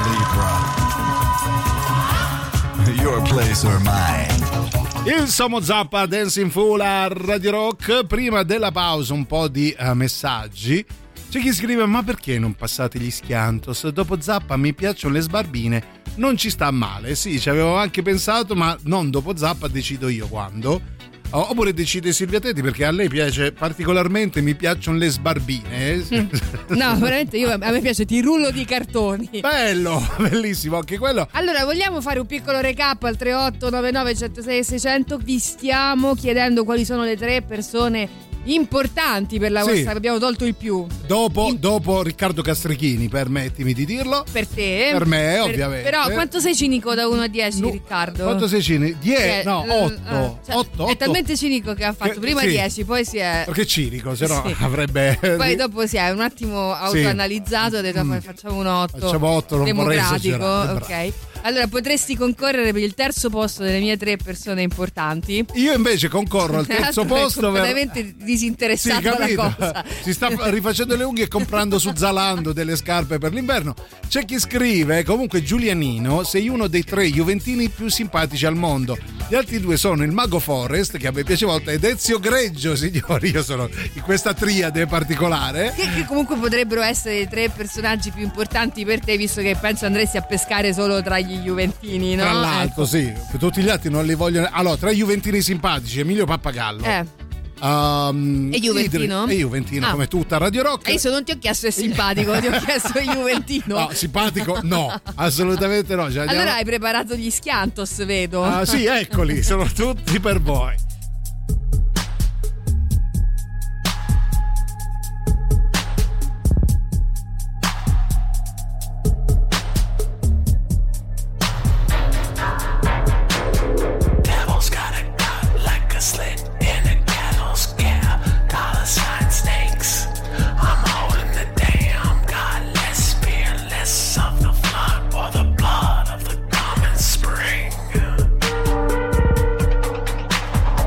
K: Libra.
L: Your place or mine?
C: Il Samo Zappa Dancing Fool a Radio Rock. Prima della pausa un po' di uh, messaggi. C'è chi scrive: ma perché non passate gli Schiantos? Dopo Zappa mi piacciono le sbarbine, non ci sta male. Sì, ci avevo anche pensato, ma non dopo Zappa, decido io quando. Oppure decide Silvia Teti, perché a lei piace particolarmente, mi piacciono le sbarbine.
E: No, veramente io, a me piace ti rullo di cartoni.
C: Bello, bellissimo anche quello.
E: Allora, vogliamo fare un piccolo recap al tre otto nove nove uno zero sei sei zero zero? Vi stiamo chiedendo quali sono le tre persone importanti per la
C: sì.
E: vostra, abbiamo tolto il più.
C: Dopo,
E: In...
C: dopo Riccardo Castrichini, permettimi di dirlo.
E: Per te?
C: Per me,
E: per,
C: ovviamente.
E: Però quanto sei cinico da uno a dieci, no, Riccardo?
C: Quanto sei cinico? dieci? No, otto.
E: Uh, cioè,
C: otto,
E: è
C: otto.
E: talmente cinico che ha fatto che, prima
C: sì.
E: dieci, poi si è...
C: Perché cinico, se no
E: sì.
C: avrebbe...
E: Poi dopo si è un attimo autoanalizzato e ha detto
C: mm.
E: facciamo un otto.
C: Facciamo otto, non
E: democratico,
C: vorrei
E: ok. Allora potresti concorrere per il terzo posto delle mie tre persone importanti.
C: Io invece concorro al terzo posto.
E: Completamente per... disinteressato
C: sì,
E: alla cosa.
C: Si sta rifacendo le unghie e comprando su Zalando delle scarpe per l'inverno. C'è chi scrive: comunque Giulianino, sei uno dei tre juventini più simpatici al mondo. Gli altri due sono il Mago Forest, che a me piace molto, ed Ezio Greggio, signori. Io sono in questa triade particolare.
E: Che, che comunque potrebbero essere i tre personaggi più importanti per te, visto che penso andresti a pescare solo tra gli juventini, no?
C: Tra l'altro, ecco. Sì, tutti gli altri non li vogliono. Allora, tra i juventini simpatici, Emilio Pappagallo.
E: Eh.
C: Um,
E: e Juventino?
C: Idri, e Juventino, ah. come tutta Radio Rock.
E: E io non ti ho chiesto è simpatico, ti ho chiesto Juventino.
C: No, simpatico no, assolutamente no. Cioè,
E: allora hai preparato gli Schiantos, vedo.
C: Ah sì, eccoli, sono tutti per voi.
F: Of the common spring.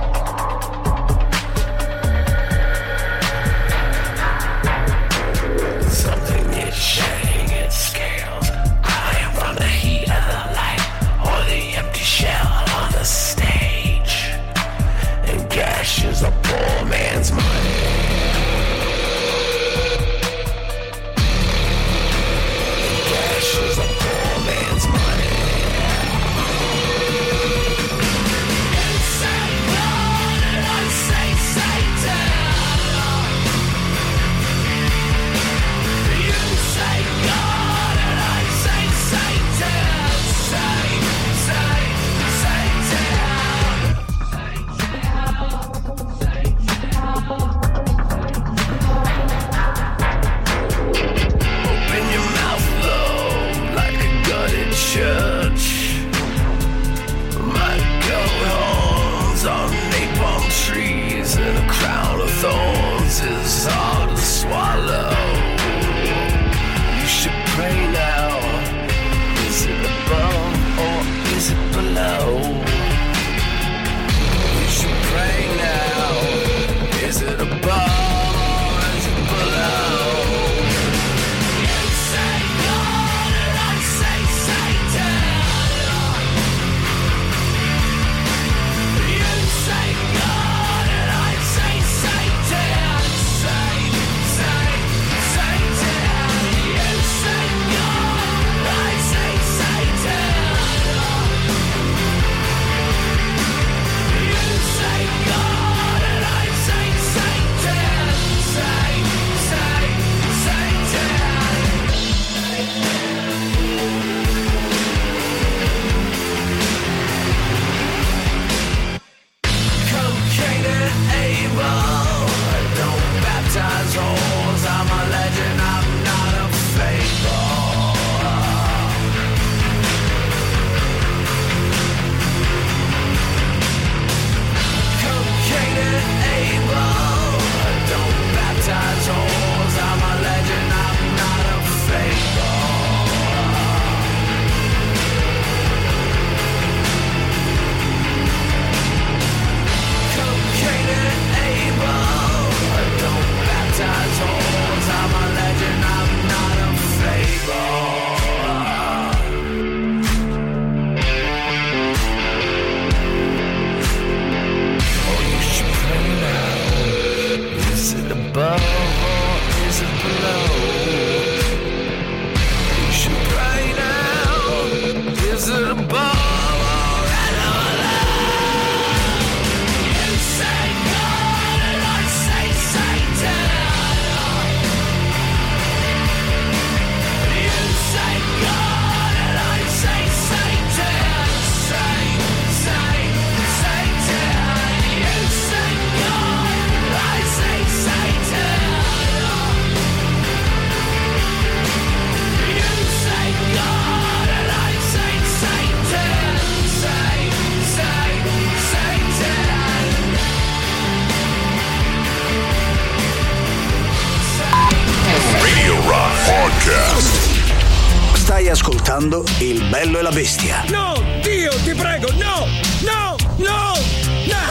A: ascoltando Il Bello e la Bestia.
M: No, Dio, ti prego, no, no, no, no!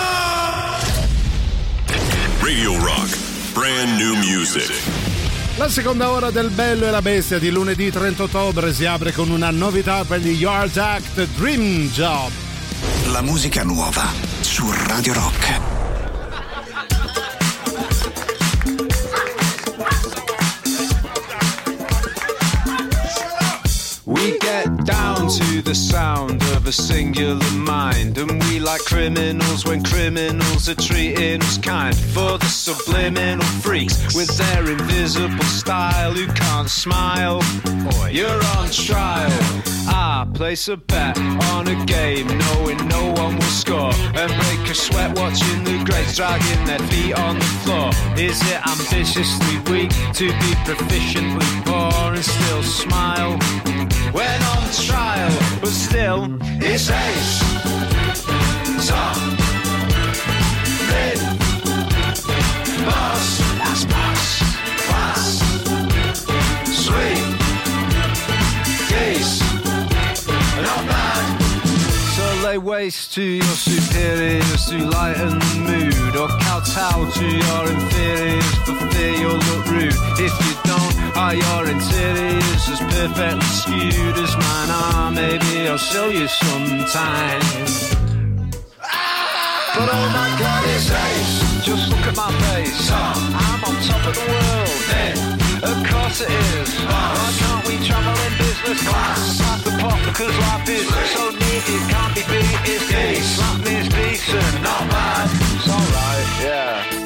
B: Radio Rock, brand new music.
C: La seconda ora del Bello e la Bestia di lunedì trenta ottobre si apre con una novità per gli Yard Act, Dream Job.
A: La musica nuova su Radio Rock.
N: We get down to the sound of a singular mind, and we like criminals when criminals are treating us kind. For the subliminal freaks with their invisible style who can't smile, you're on trial. I place a bet on a game knowing no one will score, and break a sweat watching the greats dragging their feet on the floor. Is it ambitiously weak to be proficiently poor and still smile when on trial? But still, it's ace, top, mid, boss, that's boss, class, sweet, geese, not bad. So lay waste to your superiors to lighten the mood, or kowtow to your inferiors for fear you'll look rude. If you don't, are your interiors as perfectly skewed as mine are? Maybe I'll show you sometime. But oh my God, it's ace. Just look at my face. I'm on top of the world. Then, of course it is. Why can't we travel in business class? Pass the pot because life is so neat it can't be beat. It's decent. Slap me is decent, not bad. It's alright, yeah.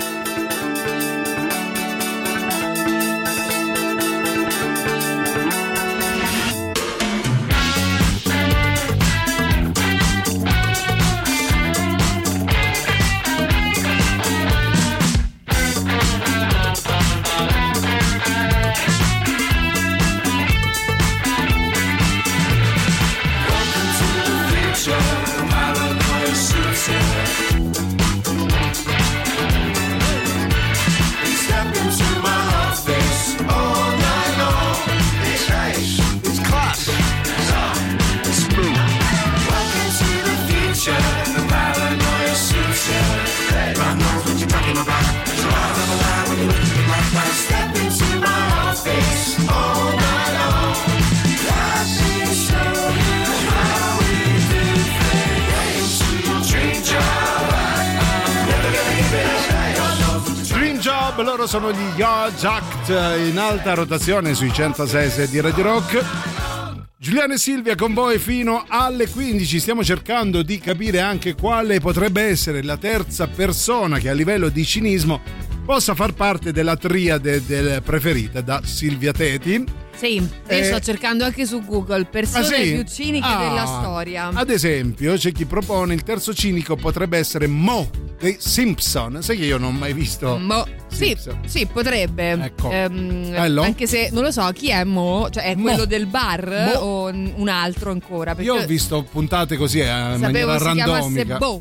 C: Loro sono gli Yard Act in alta rotazione sui centosei sei di Radio Rock. Giuliano e Silvia con voi fino alle quindici. Stiamo cercando di capire anche quale potrebbe essere la terza persona che a livello di cinismo possa far parte della triade del preferita da Silvia Teti.
E: Sì, io
C: Eh,
E: sto cercando anche su Google persone
C: ah, sì?
E: più ciniche
C: Ah,
E: della storia.
C: Ad esempio, c'è chi propone il terzo cinico potrebbe essere Mo dei Simpson. Sai che io non ho mai visto
E: Mo. Sì,
C: Simpson.
E: sì, potrebbe.
C: Ecco.
E: Ehm,
C: Bello?
E: anche se non lo so chi è Mo, cioè è
C: Mo.
E: quello del bar
C: Mo.
E: o un altro ancora. Perché
C: Io ho visto puntate così eh, in
E: sapevo
C: maniera
E: si
C: randomica.
E: chiamasse Bo.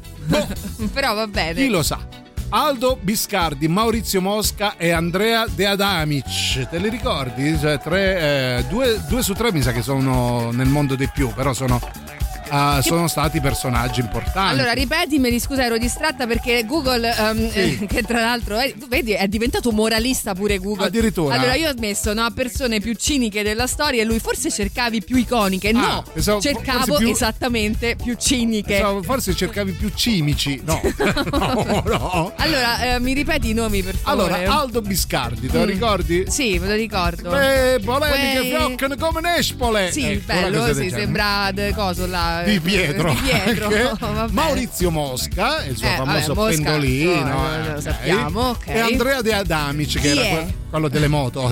E: Però va bene.
C: Chi lo sa? Aldo Biscardi, Maurizio Mosca e Andrea De Adamic, te li ricordi? Cioè, tre, eh, due, due su tre mi sa che sono nel mondo dei più, però sono, uh, sono stati personaggi importanti.
E: Allora, ripetimeli, scusa, ero distratta perché Google, um,
C: Sì.
E: eh, che tra l'altro, eh, tu vedi, è diventato moralista pure Google.
C: Addirittura.
E: Allora, io ho messo no, persone più ciniche della storia e lui forse cercavi più iconiche. No,
C: Ah, pensavo
E: cercavo
C: forse più-
E: esattamente più ciniche.
C: Pensavo, forse cercavi più cimici. No, no, no.
E: Allora, eh, mi ripeti i nomi per favore.
C: Allora, Aldo Biscardi, te lo
E: Mm.
C: ricordi?
E: Sì, me lo ricordo.
C: Le polemiche
E: Quei-
C: fioccano come nespole.
E: Sì,
C: Ecco, una
E: bello,
C: cosa del
E: sì,
C: genere.
E: sembra de, coso là.
C: Di Pietro,
E: Di Pietro.
C: Che-
E: vabbè.
C: Maurizio Mosca, il suo
E: Eh,
C: famoso
E: vabbè, Mosca,
C: pendolino,
E: no,
C: eh,
E: lo
C: ok.
E: sappiamo, ok.
C: E Andrea De Adamic, che
E: Chi
C: era
E: è?
C: que- quello delle moto.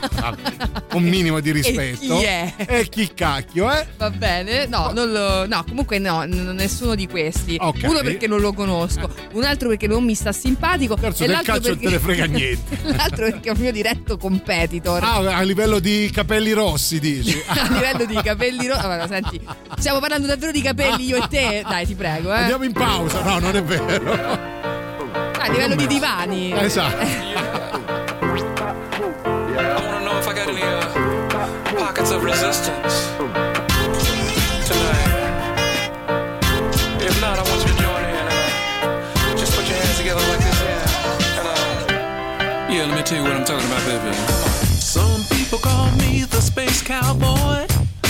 C: Un minimo di rispetto.
E: chi è?
C: E chi cacchio, eh?
E: Va bene, no, non lo, no, comunque no, n- nessuno di questi.
C: Ok.
E: Uno perché non lo conosco, un altro perché non mi sta simpatico.
C: Terzo
E: e
C: del
E: l'altro
C: calcio non
E: perché...
C: te ne frega niente.
E: L'altro perché è un mio diretto competitor.
C: Ah, a livello di capelli rossi, dici?
E: A livello di capelli rossi. Allora, senti, stiamo parlando davvero di capelli io e te? Dai, ti prego, eh.
C: Andiamo in pausa, no, non è vero.
E: A livello di divani.
C: Esatto.
O: I wanna know if I got any uh, pockets of reserve.
G: resistance tonight. If not, I want you to join in and uh, just put your hands together like this here. And uh, yeah, let me tell you what I'm talking about, baby. Some people call me the space cowboy,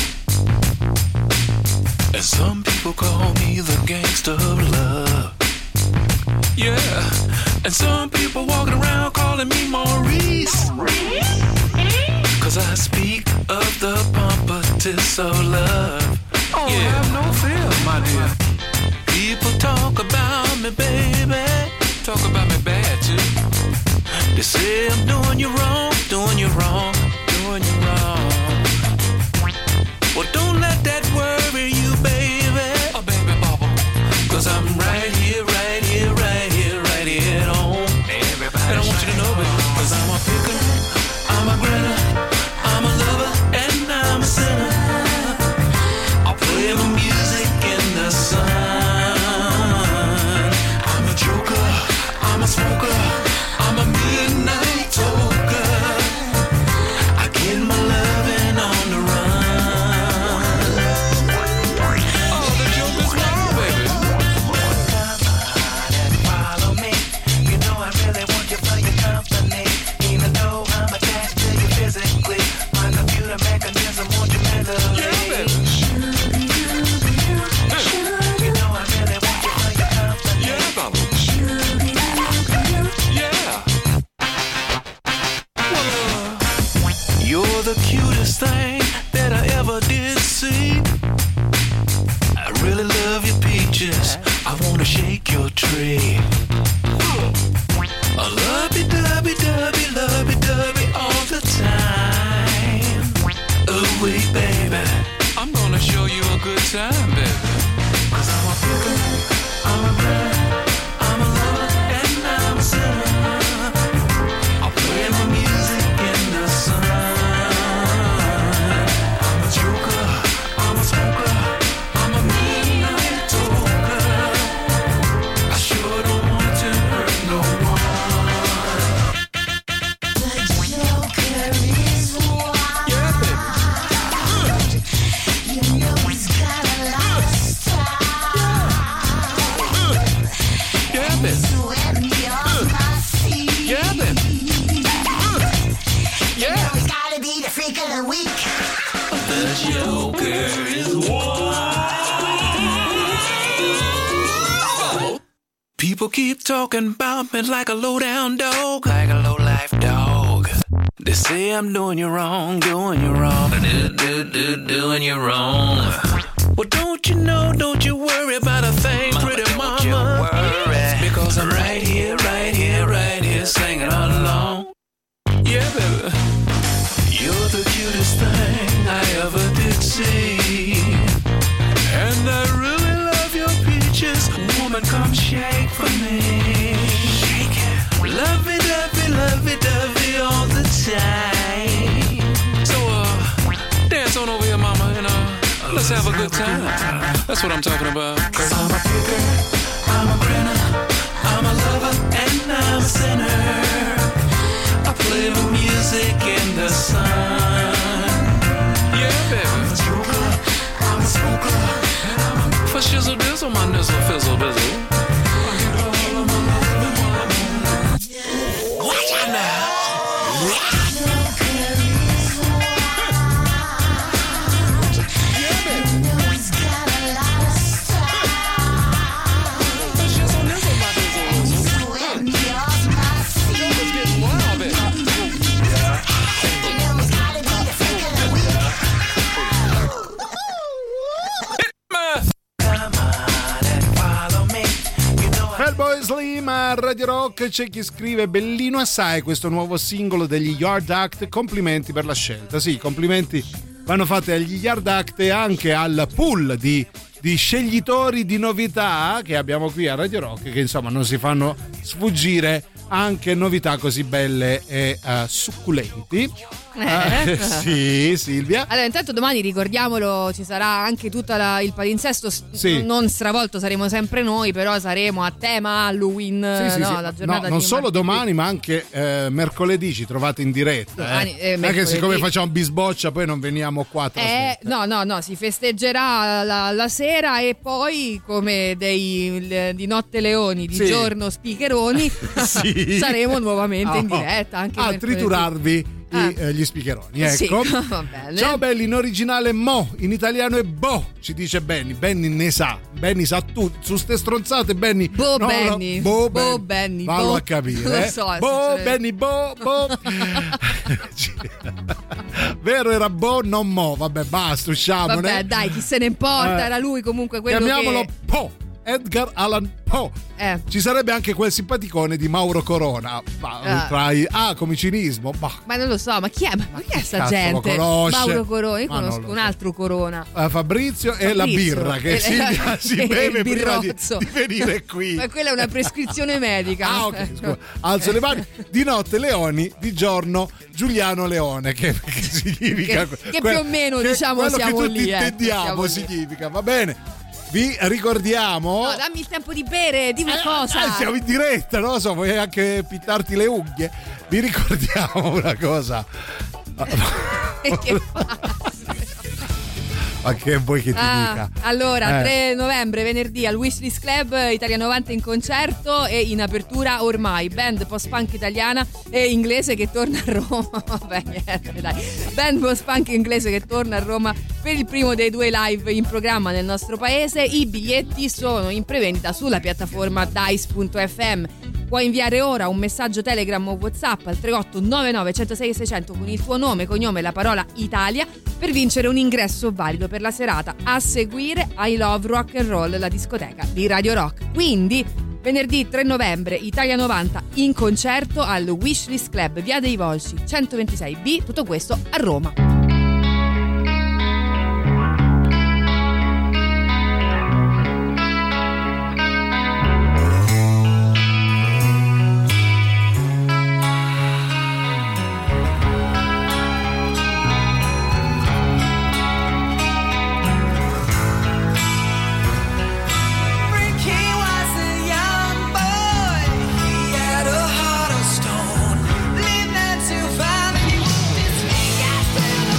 G: and some people call me the gangster of love. Yeah, and some people walking around calling me Maurice, cause I speak of the pompatus of love. Oh, yeah. Have no fear, my dear. People talk about me, baby, talk about me bad too. They say I'm doing you wrong, doing you wrong, doing you wrong. Well, don't let that worry you, baby, oh baby bubble, cause I'm right here, right here, right here, right here at home. Everybody, and I want you to know, baby, cause I'm a picker, I'm a grinner, I'm a lover, and I'm a sinner. I'll play my music in the sun. I'm a joker, I'm a smoker, I'm a midnight toker. I get my loving on the run. Oh, the joker's wild, baby. Follow me. You know I really want you for your company. Even though I'm attached to you physically, my computer mechanism wants you mentally. Yeah, baby. You know I really want you for your company. Yeah, baby. You're the cutest thing that I ever did see. I really love your peaches. I wanna shake your tree. I love you, dubby, dubby, love you, dubby all the time. Oh wait, baby, I'm gonna show you a good time, baby. Cause I'm a picker, I'm a brother, I'm a lover, and I'm a sinner. I'll play my music in the sun. I'm a joker, I'm a smoker, I'm a midnight toker. I sure don't want to hurt no one. The joker is wild. Yeah, baby. You know he's got a lot of style. Yeah, baby. Sweat me off my feet. Yeah, baby. Yeah. You know he's gotta be the freak of the week. The joker is wild. People keep talking about me like a low-down dog, like a low-life dog. They say I'm doing you wrong, doing you wrong, do, do, do, doing you wrong. Well, don't you know, don't you worry about a thing, mama, pretty mama. Don't you worry. Because I'm right here, right here, right here, singing all along. Yeah, baby. You're the cutest thing I ever did see. And I really love your peaches. Woman, come shake for me. Shake it. Lovey-dovey, lovey-dovey all the time. So, uh, dance on over here, mama, and uh, let's have a good time. That's what I'm talking about. Cause I'm a picker, I'm a grinner, I'm a lover, and I'm a sinner. I play the music in the sun. Yeah, baby. I'm a joker, I'm a smoker, and I'm a for shizzle dizzle, my nizzle fizzle bizzle. I get all of my love in one. Watch out now.
C: Fatboy Slim a Radio Rock. C'è chi scrive: bellino assai questo nuovo singolo degli Yard Act, complimenti per la scelta. Sì, complimenti vanno fatti agli Yard Act e anche al pool di, di sceglitori di novità che abbiamo qui a Radio Rock, che insomma non si fanno sfuggire anche novità così belle e uh, succulenti. Eh, sì, Silvia.
E: Allora, intanto domani, ricordiamolo, ci sarà anche tutto il palinsesto.
C: Sì.
E: Non stravolto, saremo sempre noi, però saremo a tema Halloween.
C: Sì, sì,
E: no,
C: sì.
E: la giornata
C: no, non
E: di
C: solo
E: martedì.
C: domani, ma anche eh, mercoledì ci trovate in diretta.
E: Domani,
C: eh.
E: eh,
C: Anche
E: mercoledì.
C: siccome facciamo bisboccia, poi non veniamo qua a
E: Eh, no, no, no, si festeggerà la, la sera e poi, come dei le- di notte leoni, di
C: Sì.
E: giorno spicheroni,
C: Sì.
E: saremo nuovamente in
C: Oh.
E: diretta anche
C: a
E: mercoledì.
C: triturarvi i,
E: Ah.
C: eh, gli spicheroni,
E: Sì,
C: ecco.
E: va bene.
C: Ciao belli, in originale Mo, in italiano è Bo, ci dice Benny. Benny ne sa, Benny sa tutto. Su ste stronzate Benny.
E: Bo
C: no,
E: Benny.
C: no, Bo,
E: Bo
C: Benny.
E: Benny,
C: Vallo
E: Bo.
C: a capire.
E: Lo
C: eh.
E: so,
C: Bo
E: se-
C: Benny, Bo, Bo. Vero, era Bo, non Mo. Vabbè, basta, usciamone.
E: Vabbè, dai, chi se ne importa,
C: Eh.
E: era lui comunque quello
C: Chiamiamolo
E: che...
C: Po. Edgar Allan Poe.
E: Eh.
C: Ci sarebbe anche quel simpaticone di Mauro Corona. Ma,
E: Ah.
C: tra i, ah, come cinismo. Bah.
E: Ma non lo so, ma chi è? Ma, ma chi è sta
C: cazzo lo
E: gente?
C: conosce?
E: Mauro Corona, io
C: Ma non
E: conosco
C: lo
E: un
C: so.
E: altro Corona.
C: Uh, Fabrizio e la
E: Fabrizio.
C: birra che
E: E-
C: Silvia si
E: e
C: beve
E: il
C: prima di,
E: birrozzo.
C: di venire qui.
E: Ma quella è una prescrizione medica.
C: Ah, ok, scusa. Alzo le mani. Di notte Leoni, di giorno Giuliano Leone, che, che significa
E: Che- che
C: que-
E: più o meno,
C: che
E: diciamo,
C: quello
E: siamo
C: che tutti
E: lì, ecco,
C: intendiamo
E: siamo lì.
C: significa, va bene. Vi ricordiamo.
E: No, dammi il tempo di bere, dimmi cosa.
C: Eh, siamo in diretta, non lo so, vuoi anche pittarti le unghie? Vi ricordiamo una cosa.
E: che
C: Ma che vuoi che ti
E: Ah,
C: dica?
E: allora,
C: Eh.
E: tre novembre, venerdì al Wishlist Club, Italia novanta in concerto e in apertura Ormai, band post-punk italiana e inglese che torna a Roma. Vabbè, niente, dai. Band post-punk inglese che torna a Roma per il primo dei due live in programma nel nostro paese. I biglietti sono in prevendita sulla piattaforma dice punto effe emme. Puoi inviare ora un messaggio Telegram o WhatsApp al tre otto nove nove uno zero sei sei zero zero con il tuo nome, cognome e la parola Italia per vincere un ingresso valido per la serata a seguire I Love Rock and Roll, la discoteca di Radio Rock. Quindi venerdì tre novembre Italia novanta in concerto al Wishlist Club, via dei Volsci centoventisei B, tutto questo a Roma.
F: He was a young boy. He had a heart of stone. Lived there to find he walked his fingers through the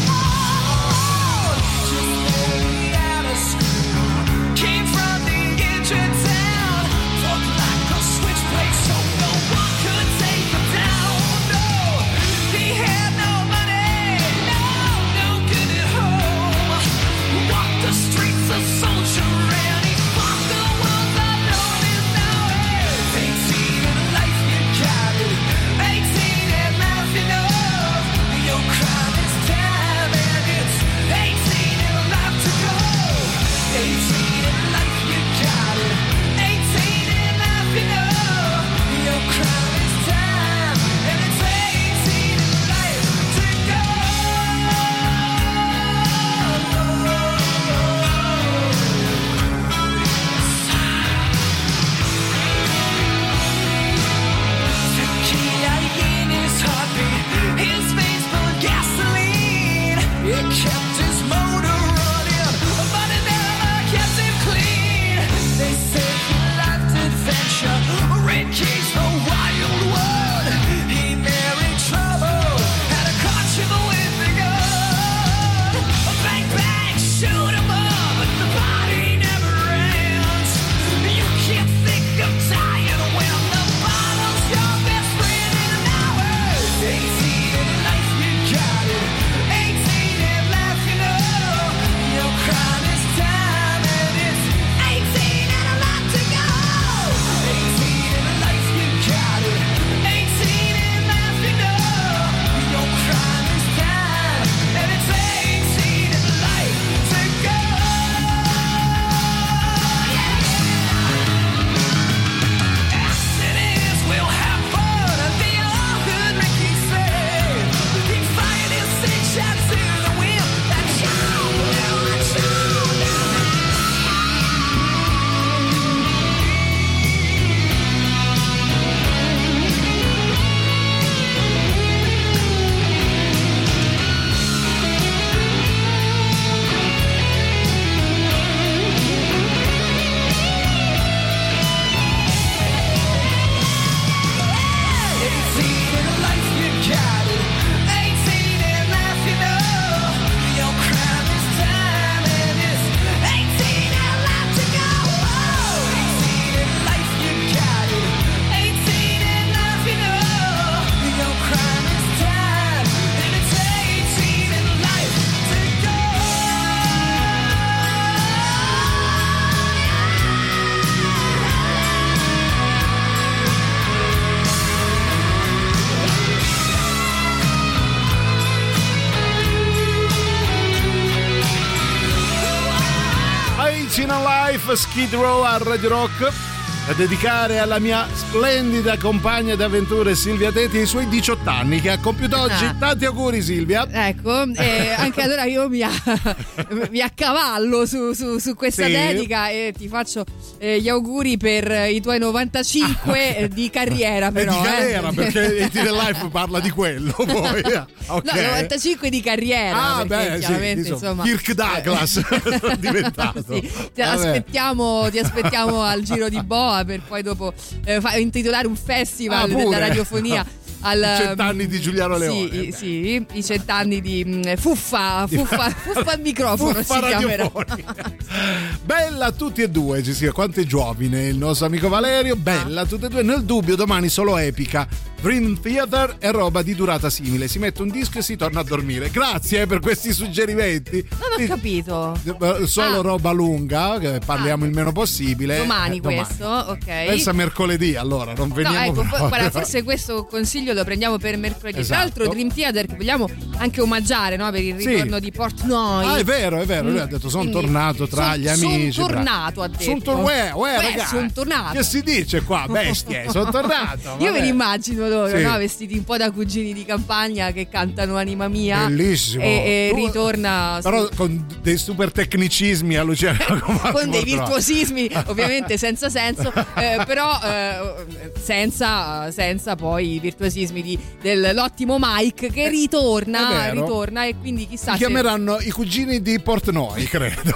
C: Life, Skid Row a Radio Rock, da dedicare alla mia splendida compagna d'avventure Silvia Teti e i suoi diciotto anni che ha compiuto oggi. Ah. Tanti auguri Silvia.
E: Ecco, e anche allora io mi, a, mi accavallo su, su, su questa sì. dedica e ti faccio eh, gli auguri per i tuoi novantacinque ah, okay. di carriera però.
C: Di carriera
E: eh.
C: perché E T The Life parla di quello poi. Okay.
E: No, novantacinque di carriera.
C: Ah beh,
E: chiaramente,
C: sì,
E: insomma.
C: Kirk Douglas sono diventato.
E: Sì. Ti aspettiamo, ti aspettiamo al Giro di Boa per poi dopo eh, fa, intitolare un festival ah, della radiofonia al,
C: i cent'anni di Giuliano Leone.
E: Sì, sì, i cent'anni di mh, fuffa, fuffa, fuffa al microfono
C: fuffa
E: si chiamerà.
C: Bella a tutti e due, ci sia quanto è giovane il nostro amico Valerio, bella a tutti e due. Nel dubbio domani solo epica, Dream Theater e roba di durata simile. Si mette un disco e si torna a dormire. Grazie eh, per questi suggerimenti.
E: Non ho capito.
C: Solo ah. roba lunga, che parliamo ah. il meno possibile.
E: Domani
C: eh,
E: questo,
C: domani.
E: ok.
C: Pensa mercoledì, allora non veniamo.
E: No, ecco, guarda, forse questo consiglio lo prendiamo per mercoledì.
C: Esatto.
E: Tra l'altro Dream Theater che vogliamo anche omaggiare, no? Per il ritorno sì. di Portnoy.
C: Ah, è vero, è vero. Lui mm. ha detto sono Quindi, tornato tra
E: son,
C: gli amici.
E: Sono tornato, ha detto.
C: Sono tor- uè, uè, ragazzi.
E: Sono tornato.
C: Che si dice qua, bestie? Sono tornato.
E: Io me li immagino loro,
C: sì.
E: no? Vestiti un po' da cugini di campagna che cantano Anima Mia.
C: Bellissimo.
E: E, e
C: tu,
E: ritorna.
C: Però su... con dei super tecnicismi allucinanti.
E: Con dei virtuosismi, ovviamente senza senso, eh, però eh, senza, senza poi i virtuosismi di, dell'ottimo Mike che ritorna, ritorna e quindi chissà.
C: Si
E: se...
C: chiameranno i cugini di Portnoy, credo.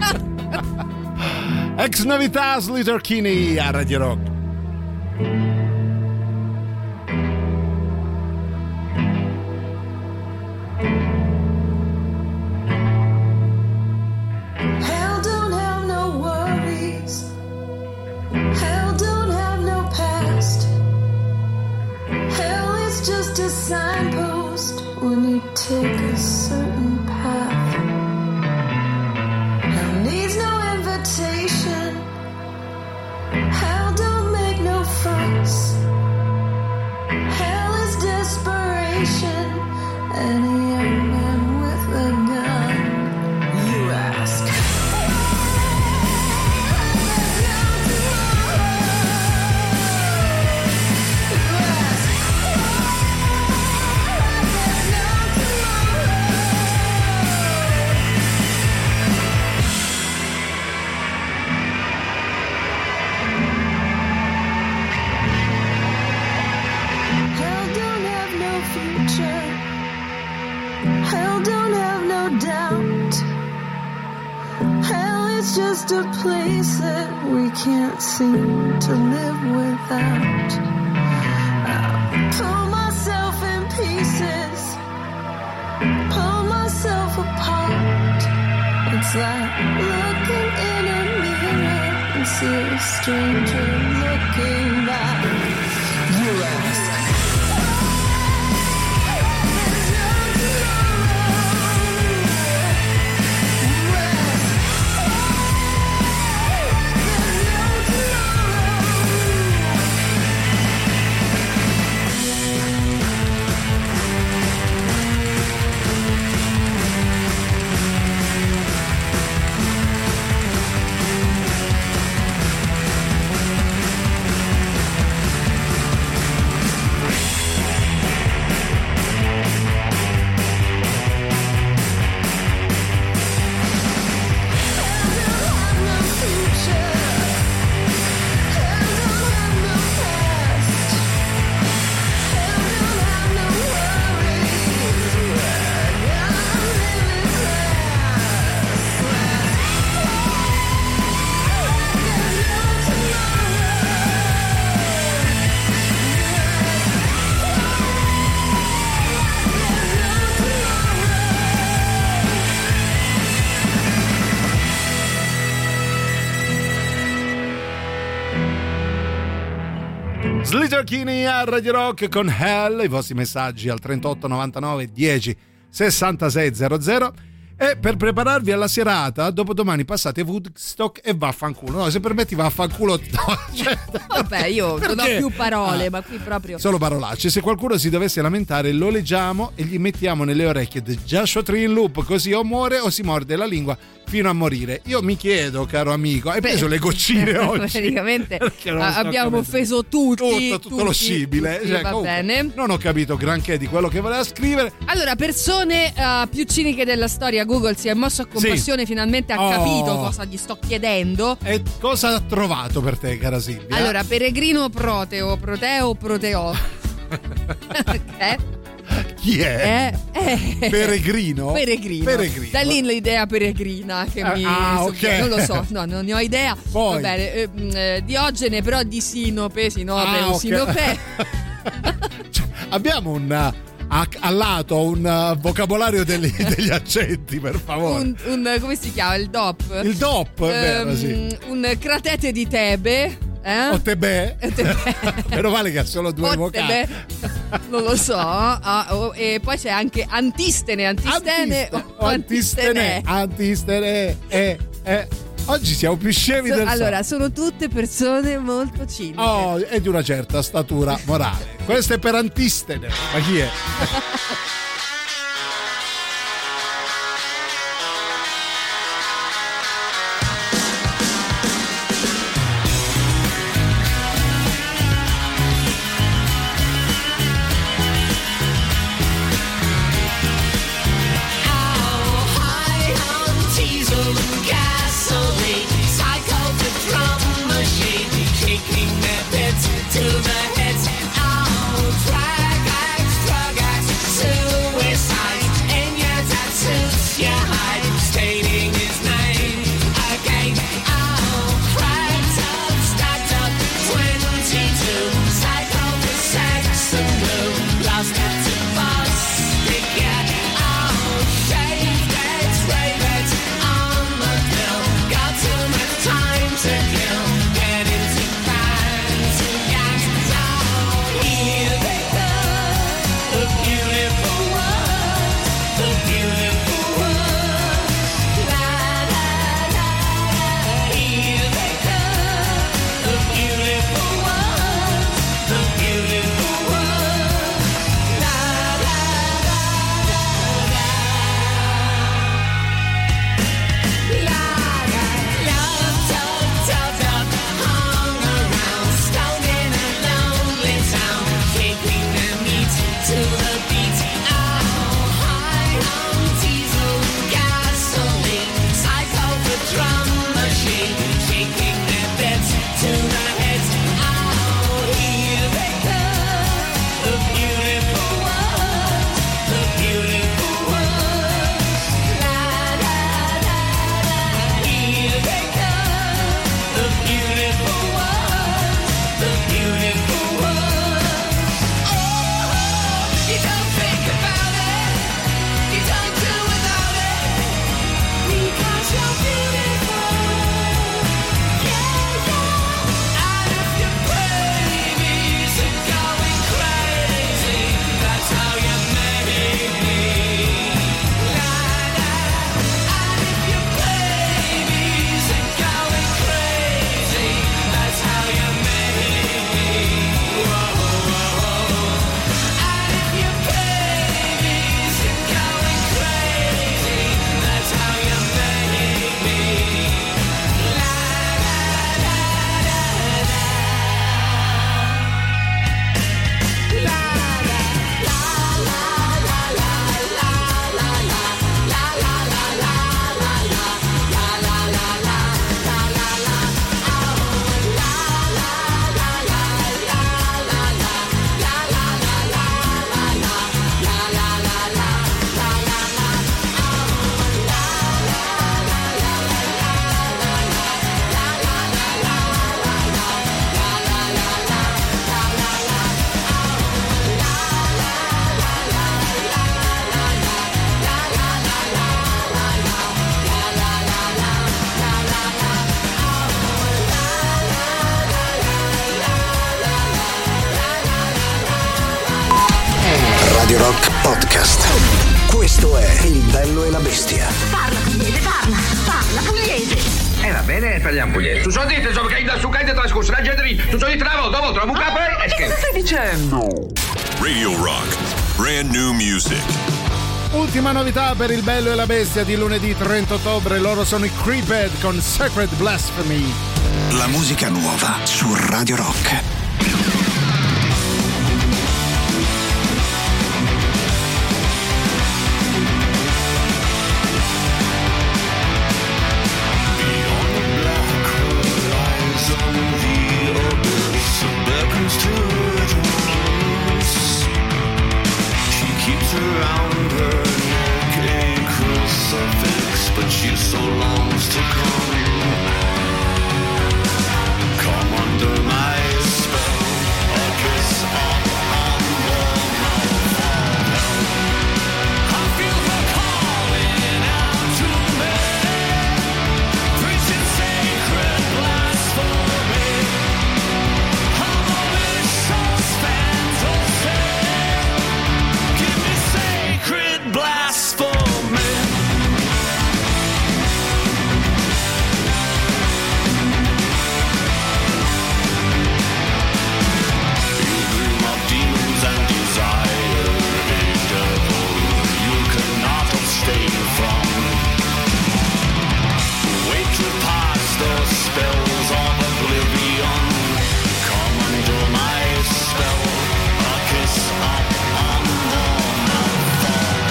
C: Ex novità Slater Kinney a Radio Rock.
O: Hell don't have no worries. Hell don't have no past. Hell is just a signpost when you take a certain path. Hell needs no invitation. Hell don't make no fuss. Hell is desperation and a young man with a gun. You ask. Hell don't have no doubt. Hell is just a place that we can't seem to live without. I pull myself in pieces, pull myself apart. It's like looking in a mirror and see a stranger looking back. You ask.
C: Slater Kinney a Radio Rock con Hell, i vostri messaggi al trentotto novantanove dieci sessantasei zero zero. E per prepararvi alla serata, dopodomani passate Woodstock e vaffanculo. No, se permetti vaffanculo. No, cioè,
E: vabbè, io non ho
C: perché?
E: più parole,
C: Ah,
E: ma qui proprio
C: solo parolacce. Se qualcuno si dovesse lamentare, lo leggiamo e gli mettiamo nelle orecchie The Joshua Tree in loop, così o muore o si morde la lingua fino a morire. Io mi chiedo, caro amico, hai preso le goccine oggi?
E: praticamente
C: non
E: a-
C: sto
E: abbiamo
C: capendo.
E: offeso tutti,
C: tutto, tutto
E: tutti,
C: lo scibile.
E: tutti,
C: Cioè,
E: va
C: comunque,
E: bene.
C: non ho capito granché di quello che voleva scrivere.
E: Allora, persone eh, più ciniche della storia, Google si è mosso a compassione, finalmente ha
C: Oh.
E: capito cosa gli sto chiedendo.
C: E cosa ha trovato per te, cara Silvia?
E: Allora, peregrino proteo, proteo, proteo. eh?
C: Chi è?
E: Eh, eh.
C: Peregrino?
E: Peregrino.
C: Peregrino.
E: Da lì l'idea peregrina che
C: Ah,
E: mi
C: ah,
E: suggerisce.
C: ok.
E: Non lo so, no, non ne ho idea.
C: Poi.
E: Va bene, eh, mh, eh, Diogene però di Sinope, Sinope,
C: Ah, ok.
E: Sinope.
C: Abbiamo un a, a lato un uh, vocabolario degli, degli accenti, per favore.
E: un, un come si chiama? Il D O P.
C: Il D O P, è vero,
E: Ehm,
C: sì.
E: Un cratete di Tebe. Eh?
C: O Tebè. Meno male che ha solo due
E: O
C: vocali.
E: Tebè. Non lo so. Ah, oh, e poi c'è anche Antistene, Antistene
C: Antiste-
E: o
C: Antistene. Antistene. Eh, eh. Oggi siamo più scemi
E: So-
C: del
E: allora, sono tutte persone molto ciniche.
C: Oh, è di una certa statura morale. Questo è per Antistene. Ma chi è?
F: To the heads, oh, drag axe, drug axe, suicide, and your tattoos, your hide, stating his name again. Oh, cracked up, stacked up, twenty-two, psycho for sex and blue, lost it to busted, yeah. Oh, shaved heads, rave heads, on the pill, got too much time to kill, get into bands and gangs. Oh, here they come, the beautiful ones, the beautiful ones. La la la la, here they come, the beautiful ones, the beautiful ones. La la la la la. La la, love, tub, tub, tub, hung around, stoned in a lonely town, kicking their meat to the beat. Oh, high on diesel, gasoline, psycho for drum machine, shaking their beds to the heads. Oh, here they come, the beautiful ones, the beautiful ones. La la la la, here they come, the beautiful ones, the beautiful ones. Oh, you don't think about it, you don't do without it, because you're beautiful. Yeah, yeah. And if your babies are going crazy, that's how you make me. La la. And if your babies are going crazy, that's how you make me. Whoa, whoa. And if your babies are going crazy, that's how you make me. La la la la la. La la la la la la la la la. La la la la la la. La la la la la la la. Oh, la la la la la la la. La la la la la la. La la la la la la. Oh, la la la la la la la. La la la la la la. La la la la la la.
A: Radio Rock Podcast. Questo è Il bello e la bestia.
P: Parla pugliese, parla, parla pugliese.
Q: Eh va bene, parliamo pugliese. Tu sono dite, sono che da su che trascorso la gente, tu sono di travo, dopo trovo un capo e che
P: stai dicendo?
B: Radio Rock, brand new music.
C: Ultima novità per Il bello e la bestia di lunedì trenta ottobre, loro sono i Creephead con Sacred Blasphemy.
A: La musica nuova su Radio Rock.
F: Around her neck a crucifix, but she so longs to come. Come under my spell, a kiss on on the mouth of hell. I feel her calling out to me, preaching sacred blasphemy. I'm a vicious fantasy. Sacred blasphemy. You dream of demons and desire a devil you cannot abstain from. Wait to pass the spells of oblivion. Come under my spell, a kiss up on the mouth.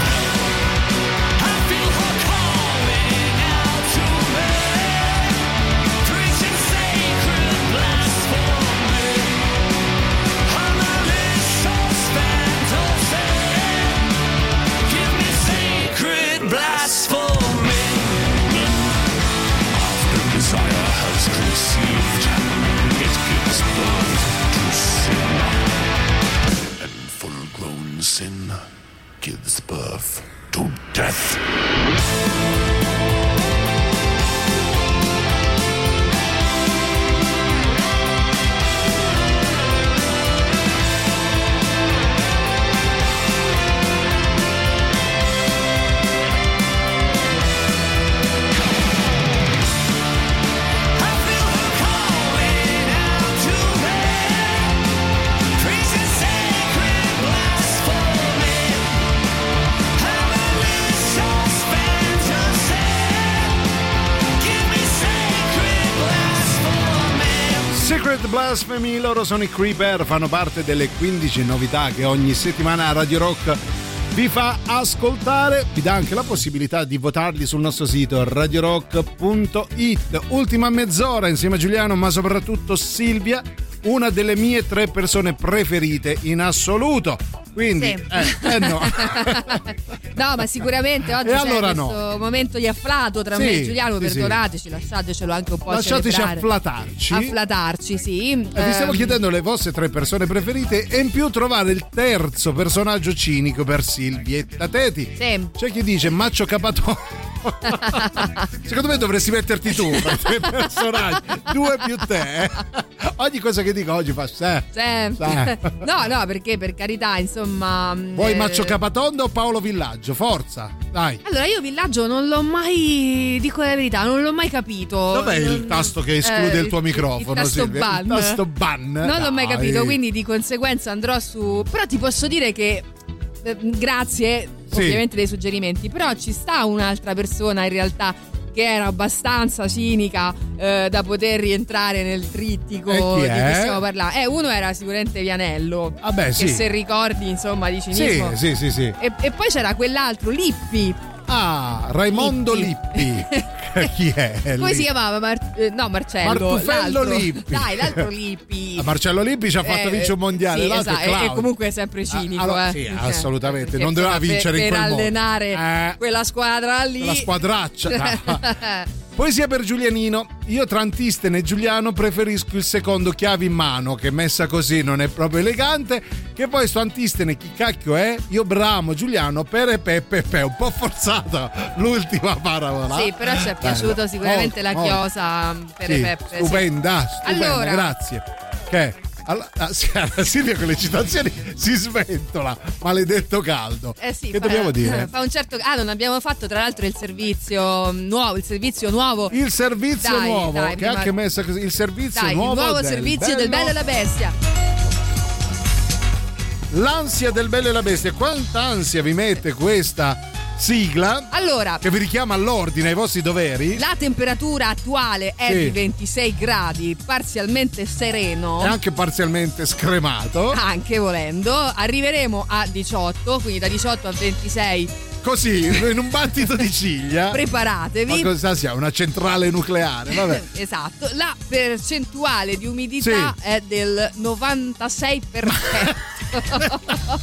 F: I feel her calling out to me, preaching sacred blasphemy. A malicious fantasy. Give me sacred blasphemy. After desire has conceived, it gives birth to sin, and full-grown sin gives birth to death.
C: Sacred Blasphemy, loro sono i Creeper, fanno parte delle quindici novità che ogni settimana Radio Rock vi fa ascoltare, vi dà anche la possibilità di votarli sul nostro sito radio rock punto it. Ultima mezz'ora insieme a Giuliano, ma soprattutto Silvia, una delle mie tre persone preferite in assoluto. Quindi,
E: sì.
C: eh, eh no.
E: No, ma sicuramente oggi
C: E
E: c'è
C: allora
E: questo
C: no.
E: momento di afflato tra
C: Sì,
E: me e Giuliano,
C: sì,
E: perdonateci,
C: sì.
E: lasciatecelo anche un po'
C: Lasciateci
E: celebrare.
C: afflatarci.
E: Afflatarci, sì.
C: E vi stiamo
E: Ehm,
C: chiedendo le vostre tre persone preferite e in più trovare il terzo personaggio cinico per Silvietta Teti.
E: Sì.
C: C'è chi dice Maccio Capatone. Secondo me dovresti metterti tu per tre personaggi, due più te. eh. Ogni cosa che dico oggi fa sé.
E: Sì.
C: Sì.
E: No, no, perché per carità, insomma.
C: Vuoi
E: eh,
C: Maccio Capatonda o Paolo Villaggio? Forza, dai.
E: Allora, io Villaggio non l'ho mai, dico la verità, non l'ho mai capito.
C: Dov'è
E: Non-
C: il tasto che esclude
E: eh,
C: il tuo microfono?
E: Il tasto
C: Silvia?
E: ban.
C: Il tasto ban.
E: Non l'ho mai
C: Dai.
E: capito, quindi di conseguenza andrò su. Però ti posso dire che eh, grazie
C: Sì.
E: ovviamente dei suggerimenti, però ci sta un'altra persona in realtà che era abbastanza cinica eh, da poter rientrare nel trittico
C: E chi
E: di
C: è?
E: cui stiamo parlando. Eh, uno era sicuramente Vianello.
C: Vabbè,
E: che
C: sì.
E: se ricordi, insomma, di
C: Sì,
E: cinismo.
C: sì, sì, sì.
E: E, e poi c'era quell'altro, Lippi.
C: Ah, Raimondo Lippi. Chi è?
E: Come
C: lì?
E: si chiamava? Mar- eh, no, Marcello.
C: Martufello
E: l'altro.
C: Lippi.
E: Dai, l'altro Lippi.
C: Ah, Marcello Lippi ci ha fatto
E: Eh,
C: vincere un mondiale.
E: sì,
C: l'altro
E: esatto,
C: è
E: e-
C: Claudio.
E: e comunque è sempre cinico.
C: Ah, allora,
E: eh.
C: sì,
E: Cioè,
C: assolutamente.
E: perché,
C: Non doveva
E: insomma,
C: vincere
E: per,
C: in quel
E: per
C: modo.
E: allenare
C: Eh.
E: quella squadra lì.
C: La squadraccia. No. Poesia per Giulianino. Io tra Antistene e Giuliano preferisco il secondo chiave in mano, che messa così non è proprio elegante. Che poi sto Antistene chi cacchio è? Io bramo Giuliano per Peppe Pe. Un po' forzata l'ultima parola.
E: Sì, però ci è piaciuto
C: Eh,
E: sicuramente
C: oh,
E: la
C: oh.
E: chiosa per
C: Sì,
E: Peppe. sì.
C: stupenda, stupenda,
E: Allora,
C: grazie. Che? Allora, Silvia con le citazioni si sventola, maledetto caldo.
E: Eh sì,
C: che
E: fa,
C: dobbiamo dire?
E: Fa un certo. Ah, non abbiamo fatto tra l'altro il servizio nuovo, il servizio nuovo.
C: Il servizio
E: dai,
C: nuovo,
E: dai,
C: che ha anche messo così, il servizio
E: dai,
C: nuovo.
E: Il nuovo
C: del
E: servizio
C: bello...
E: del Bello e la Bestia.
C: L'ansia del Bello e la Bestia. Quanta ansia vi mette questa sigla?
E: Allora,
C: che vi richiama all'ordine, ai vostri doveri.
E: La temperatura attuale è
C: sì.
E: di ventisei gradi, parzialmente sereno.
C: E anche parzialmente scremato.
E: Anche volendo. Arriveremo a diciotto, quindi da diciotto a ventisei.
C: Così, in un battito di ciglia.
E: Preparatevi.
C: Ma cosa sia? Una centrale nucleare, vabbè.
E: Esatto. La percentuale di umidità
C: sì.
E: è del novantasei per cento.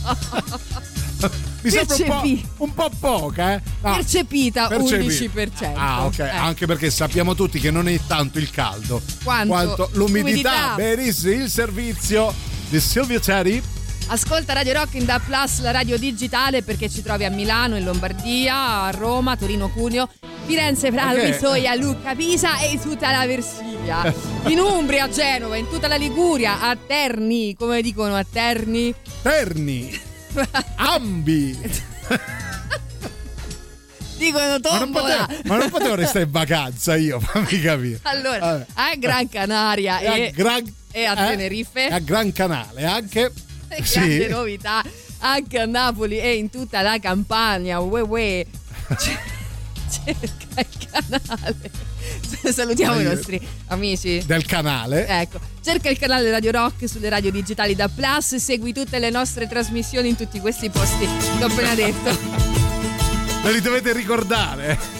C: Mi sembra un po', un po' poca, eh? No,
E: percepita,
C: percepita
E: undici per cento.
C: Ah, ok. Eh. Anche perché sappiamo tutti che non è tanto il caldo
E: quanto,
C: quanto l'umidità.
E: l'umidità.
C: Benissimo, il servizio di Silvia Teddy.
E: Ascolta Radio Rock in Da Plus, la radio digitale, perché ci trovi a Milano, in Lombardia, a Roma, Torino, Cuneo, Firenze, Prato,
C: okay.
E: Pistoia, Lucca, Pisa e tutta la Versilia. In Umbria, a Genova, in tutta la Liguria, a Terni, come dicono a Terni?
C: Terni. Ambi.
E: Dicono tombola.
C: Ma non potevo, ma non potevo restare in vacanza io, fammi capire.
E: Allora,
C: Vabbè.
E: a Gran Canaria
C: e,
E: e,
C: a, Gran,
E: e a
C: eh,
E: Tenerife.
C: E a Gran Canale anche.
E: Grande
C: sì.
E: novità anche a Napoli e in tutta la Campania. Uè uè. Cerca il canale. Salutiamo i nostri amici
C: del canale.
E: Ecco, cerca il canale Radio Rock sulle radio digitali da Plus, segui tutte le nostre trasmissioni in tutti questi posti che ho appena detto.
C: Ve li dovete ricordare.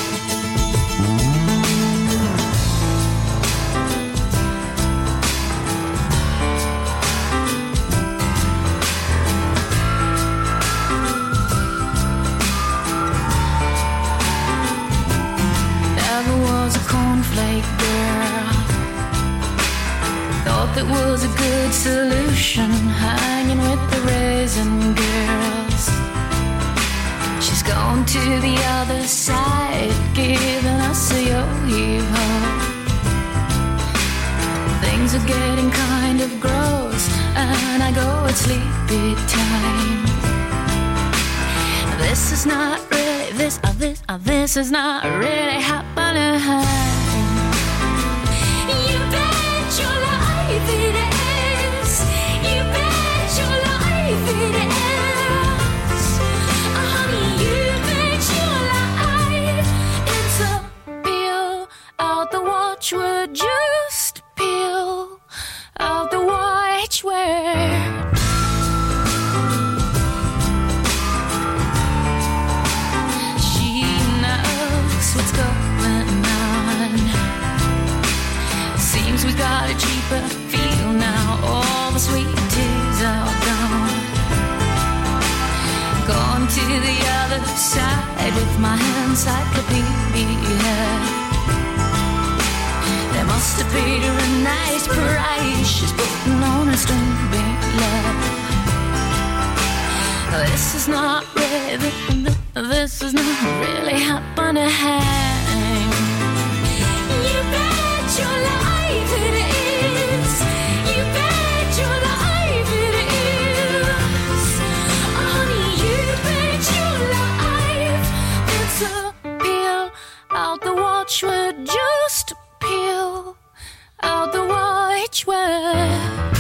O: That was a good solution, hanging with the raisin girls. She's gone to the other side, giving us a yo-yo. Things are getting kind of gross, and I go at sleepy time. This is not really, this, uh, this, uh, this is not really happening. You bet your life it is. You bet your life it is. Oh, honey, you bet your life it's a peel out the watchword. Just peel out the watchword. She knows what's going on. Seems we got a cheaper feel now. All the sweet teas are gone. Gone to the other side with my encyclopedia. They must have paid her a nice price. She's putting on a stupid love. This is not really, this is not really happening. You bet your life it is. You bet your life it is. Oh, honey, you bet your life. It's a peel out the watchword. Just peel out the watchword.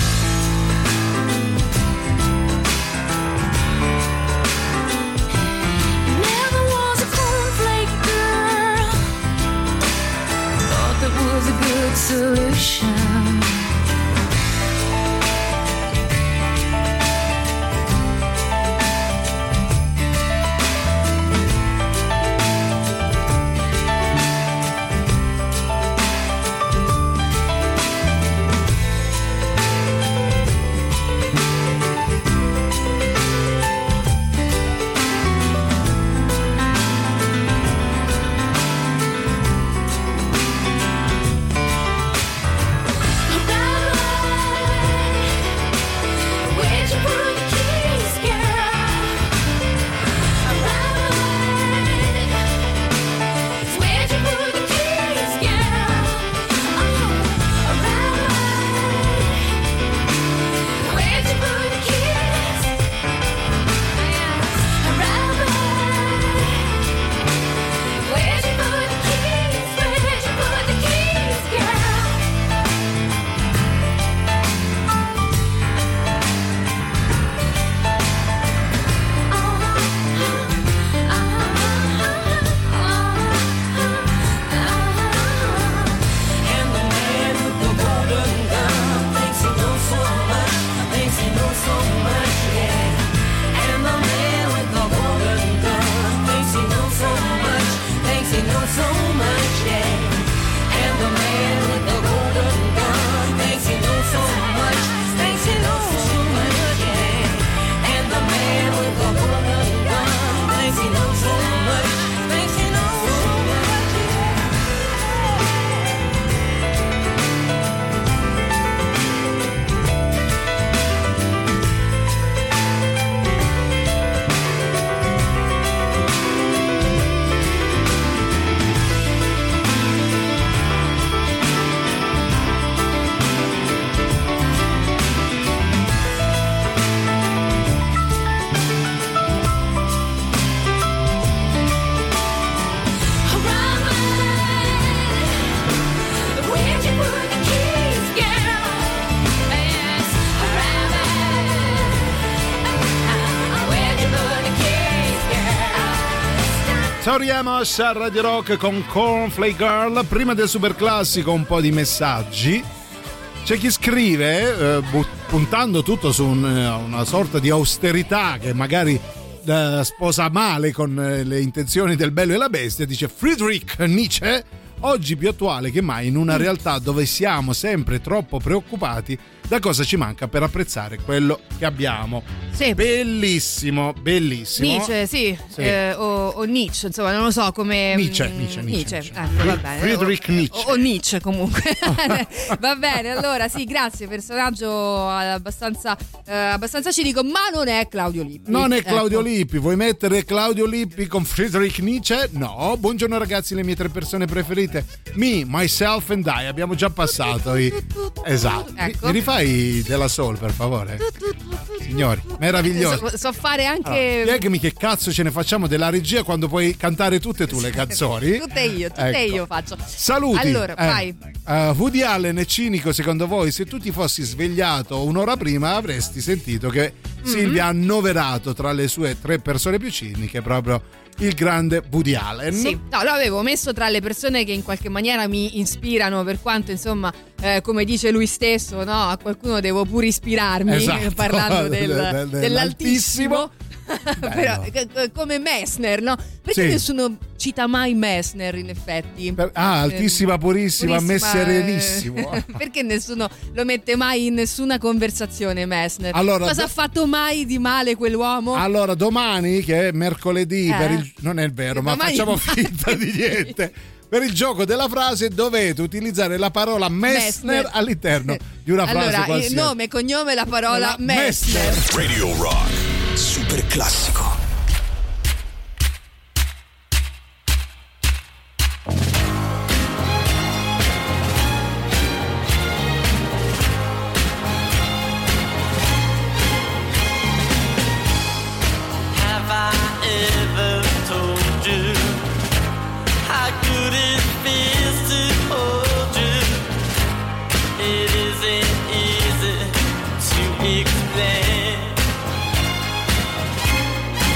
O: Never was a cornflake girl. Thought that was a good solution.
C: Torniamo a Radio Rock con Cornflake Girl. Prima del super classico un po' di messaggi. C'è chi scrive, eh, puntando tutto su un, una sorta di austerità che magari eh, sposa male con eh, le intenzioni del Bello e la Bestia, dice Friedrich Nietzsche, oggi più attuale che mai in una realtà dove siamo sempre troppo preoccupati da cosa ci manca per apprezzare quello che abbiamo.
E: Sì.
C: Bellissimo, bellissimo.
E: Nietzsche, sì,
C: sì.
E: Eh, o, o Nietzsche, insomma, non lo so come.
C: Nietzsche, Nietzsche, Nietzsche.
E: Nietzsche. Ecco, va bene.
C: Friedrich Nietzsche.
E: O, o Nietzsche comunque. Va bene, allora sì, grazie, personaggio abbastanza, eh, abbastanza cinico, ma non è Claudio Lippi.
C: Non è Claudio
E: ecco.
C: Lippi, vuoi mettere Claudio Lippi con Friedrich Nietzsche? No, buongiorno ragazzi, le mie tre persone preferite. Me, myself and I, abbiamo già passato i... Esatto,
E: ecco.
C: mi rifai della soul per favore? Signori, meraviglioso.
E: So, so fare anche.
C: Allora, spiegami che cazzo ce ne facciamo della regia quando puoi cantare tutte tu le canzoni.
E: Tutte io, tutte
C: ecco.
E: io faccio.
C: Saluti.
E: Allora,
C: eh,
E: vai.
C: Uh, Woody Allen è cinico secondo voi? Se tu ti fossi svegliato un'ora prima avresti sentito che mm-hmm. Silvia ha annoverato tra le sue tre persone più ciniche proprio il grande Woody Allen.
E: Sì, no, lo avevo messo tra le persone che in qualche maniera mi ispirano, per quanto insomma, eh, come dice lui stesso, no, a qualcuno devo pure ispirarmi,
C: esatto.
E: parlando del,
C: del, del,
E: dell'altissimo. Però, come Messner, no? Perché
C: sì.
E: nessuno cita mai Messner in effetti?
C: Per, ah, altissima, purissima,
E: purissima
C: messerenissimo.
E: Eh, perché nessuno lo mette mai in nessuna conversazione Messner?
C: Allora,
E: cosa
C: do-
E: ha fatto mai di male quell'uomo?
C: Allora domani, che è mercoledì,
E: eh.
C: per il, non è vero,
E: Che
C: ma facciamo finta di niente. Per il gioco della frase dovete utilizzare la parola Messner, Messner. all'interno di una frase
E: allora,
C: qualsiasi.
E: Il nome, cognome, la parola la Messner.
C: Messner.
B: Radio Rock.
A: Super classico.
F: Have I ever told you how good it feels to hold you? It isn't easy to explain.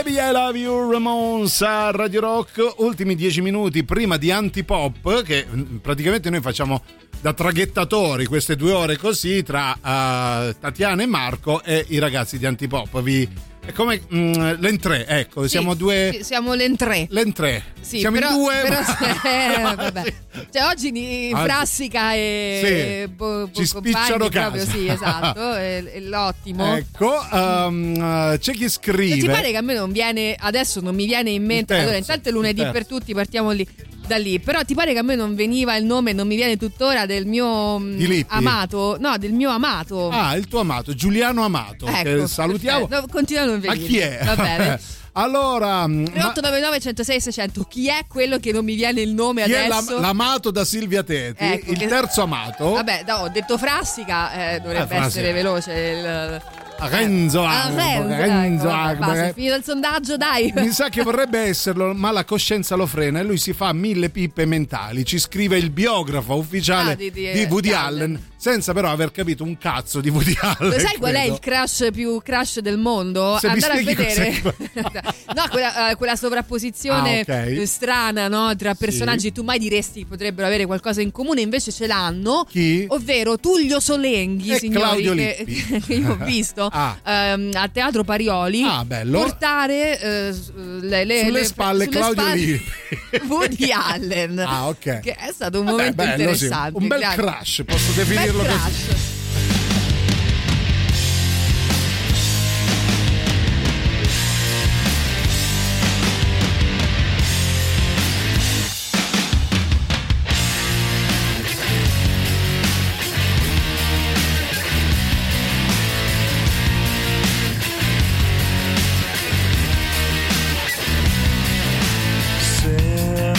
C: Baby I Love You, Ramones a Radio Rock. Ultimi dieci minuti prima di Antipop, che praticamente noi facciamo da traghettatori queste due ore così tra uh, Tatiana e Marco e i ragazzi di Antipop. Vi è come mm, l'entrée, ecco,
E: sì,
C: siamo due.
E: Sì, siamo l'entrée.
C: L'entrée.
E: Sì,
C: siamo
E: però,
C: in due.
E: Però,
C: ma...
E: eh, vabbè. Cioè, oggi ni, Frassica e,
C: sì,
E: e bo, bo,
C: ci spicciano casa.
E: Proprio, sì, esatto. è, è l'ottimo.
C: Ecco, um, uh, c'è chi scrive.
E: E ti pare che a me non viene, adesso non mi viene in mente.
C: Terzo,
E: allora, intanto è lunedì per tutti, partiamo lì. Da lì, però ti pare che a me non veniva il nome, non mi viene tuttora del mio amato, no, del mio amato.
C: Ah, il tuo amato, Giuliano Amato, ecco, che salutiamo.
E: No, continua a non venire.
C: Ma chi è?
E: Va bene.
C: Allora,
E: tre otto nove nove uno zero sei sei zero zero, chi è quello che non mi viene il nome
C: chi
E: adesso?
C: È l'amato da Silvia Teti, ecco, il che... terzo amato.
E: Vabbè, no, ho detto Frassica, eh, dovrebbe eh, essere veloce il...
C: Renzo Agbo,
E: Renzo,
C: Renzo
E: ecco,
C: Agbo,
E: basta,
C: eh.
E: è finito il sondaggio, dai.
C: Mi sa che vorrebbe esserlo, ma la coscienza lo frena e lui si fa mille pippe mentali. Ci scrive il biografo ufficiale
E: ah, di, di,
C: di Woody
E: Allen.
C: Allen, senza però aver capito un cazzo di Woody Allen.
E: Lo sai
C: credo.
E: qual è il crush più crush del mondo?
C: Se
E: andare a vedere no, quella, uh, quella sovrapposizione
C: ah, okay.
E: strana, no, tra personaggi. Sì. Tu mai diresti che potrebbero avere qualcosa in comune, invece ce l'hanno.
C: Chi?
E: Ovvero Tullio Solenghi,
C: e
E: signori,
C: Claudio
E: che,
C: Lippi.
E: che io ho visto
C: ah.
E: um, a Teatro Parioli
C: ah, bello.
E: portare uh, le, le,
C: sulle
E: le,
C: spalle
E: sulle
C: Claudio
E: spalle
C: Lippi.
E: Woody Allen.
C: Ah, ok.
E: Che è stato un momento
C: Vabbè, bello,
E: interessante.
C: Sì. Un bel
E: Grazie.
C: crush, posso definirlo
E: bel
C: così.
E: Crush.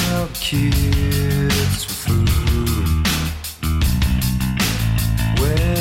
F: Kids for food. Where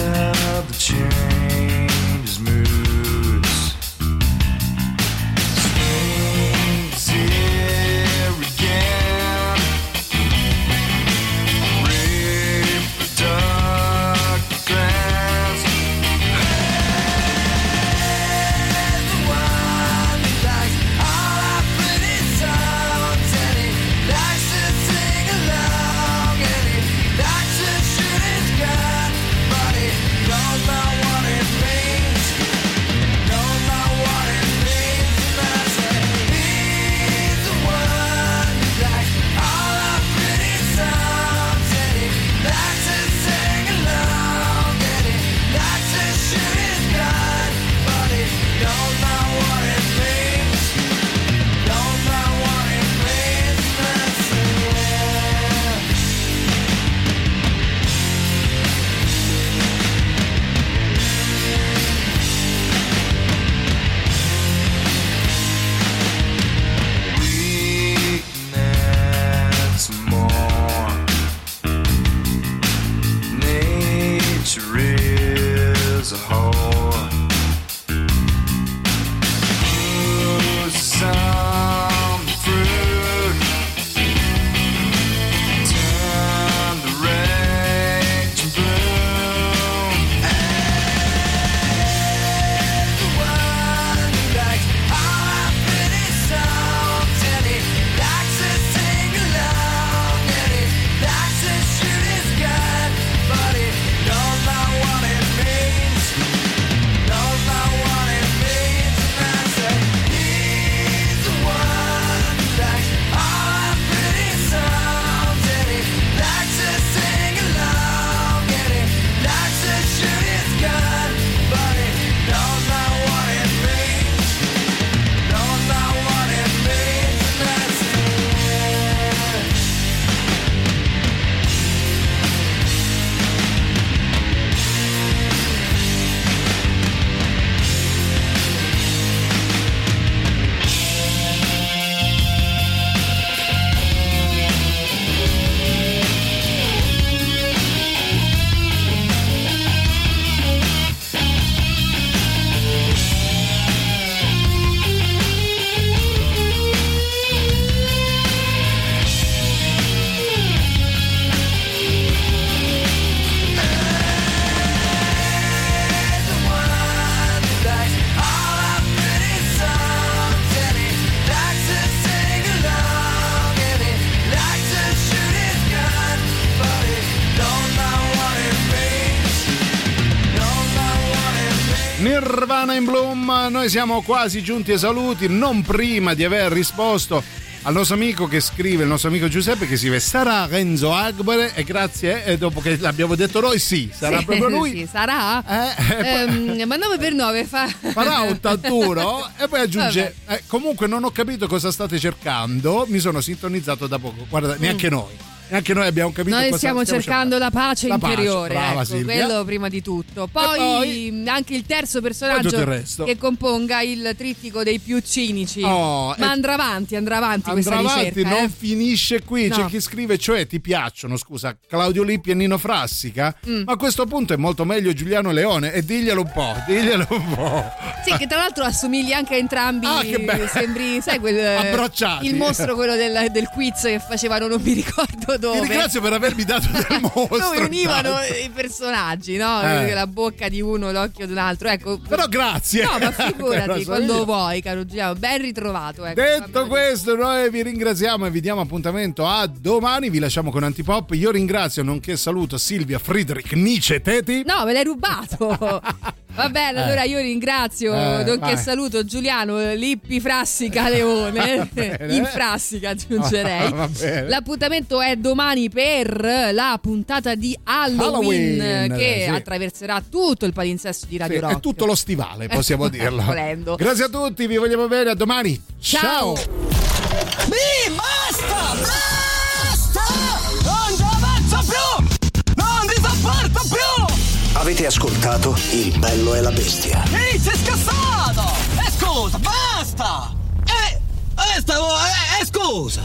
C: Nirvana in Bloom. Noi siamo quasi giunti ai saluti, non prima di aver risposto al nostro amico che scrive, il nostro amico Giuseppe che scrive sarà Renzo Agbere, e grazie, e dopo che l'abbiamo detto noi sì, sarà
E: sì,
C: proprio lui.
E: Sì, sarà.
C: Eh,
E: ehm, ma nove per nove fa...
C: farà ottantuno e poi aggiunge eh, comunque non ho capito cosa state cercando, mi sono sintonizzato da poco, guarda, neanche mm. noi. Neanche noi abbiamo capito
E: noi
C: cosa
E: stiamo, stiamo cercando, cercando la pace
C: la
E: interiore,
C: pace, brava,
E: ecco, quello prima di tutto. Poi, poi anche il terzo personaggio il che componga il trittico dei più cinici. Oh, ma andrà avanti, andrà avanti
C: andrà
E: questa
C: avanti,
E: ricerca,
C: non
E: eh?
C: finisce qui. No. C'è chi scrive, cioè ti piacciono, scusa, Claudio Lippi e Nino Frassica? Mm. Ma a questo punto è molto meglio Giuliano Leone, e diglielo un po', diglielo un po'.
E: Sì, che tra l'altro assomigli anche a entrambi.
C: Ah, che bello.
E: Sembri, sai, quel
C: abbracciati.
E: Il mostro, quello del, del quiz che facevano, non mi ricordo dove.
C: Ti ringrazio per avermi dato del mostro.
E: Dove univano i personaggi, no? Eh. La bocca di uno, l'occhio di un altro. Ecco.
C: Però grazie.
E: No, ma figurati, quando io. vuoi, caro Giuliano. Ben ritrovato. Ecco.
C: Detto questo, noi vi ringraziamo e vi diamo appuntamento a domani. Vi lasciamo con Antipop. Io ringrazio, nonché saluto Silvia Friedrich Nietzsche Teti.
E: No, me l'hai rubato. Va bene, allora io ringrazio, eh, nonché saluto Giuliano Lippi Frassica Leone, in Frassica aggiungerei.
C: Ah,
E: l'appuntamento è domani per la puntata di Halloween, Halloween che sì. attraverserà tutto il palinsesto di Radio
C: sì,
E: Rock.
C: È tutto lo stivale, possiamo dirlo.
E: Volendo.
C: Grazie a tutti, vi vogliamo bene, a domani.
E: Ciao!
C: Ciao.
F: Mi basta! Basta! Non ci avanzo più! Non vi sopporto più!
A: Avete ascoltato Il Bello e la Bestia?
F: Ehi, sei scassato! E eh, scusa, basta! E eh, eh, stavo, eh, eh, scusa!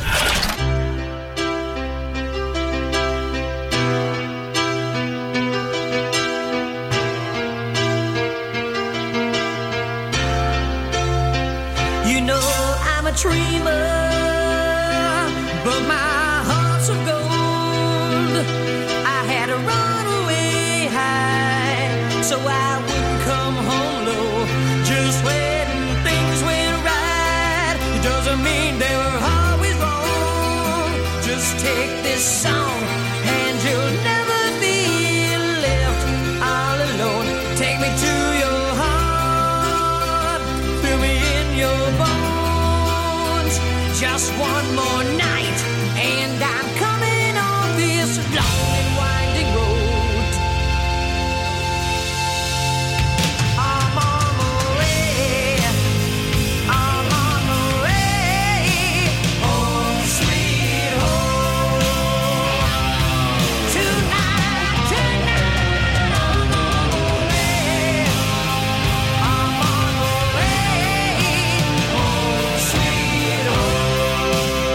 O: You know I'm a dreamer, but my heart's of gold. I had to run away high, so I wouldn't come home low. Just when things went right, it doesn't mean they were always wrong. Just take this song and you'll never be left all alone. Take me to your heart, fill me in your bones. Just one more night and I'm coming on this long and winding road. I'm on my way, I'm on my way, home sweet home. Tonight, tonight, I'm on my way, I'm on my way, home sweet home.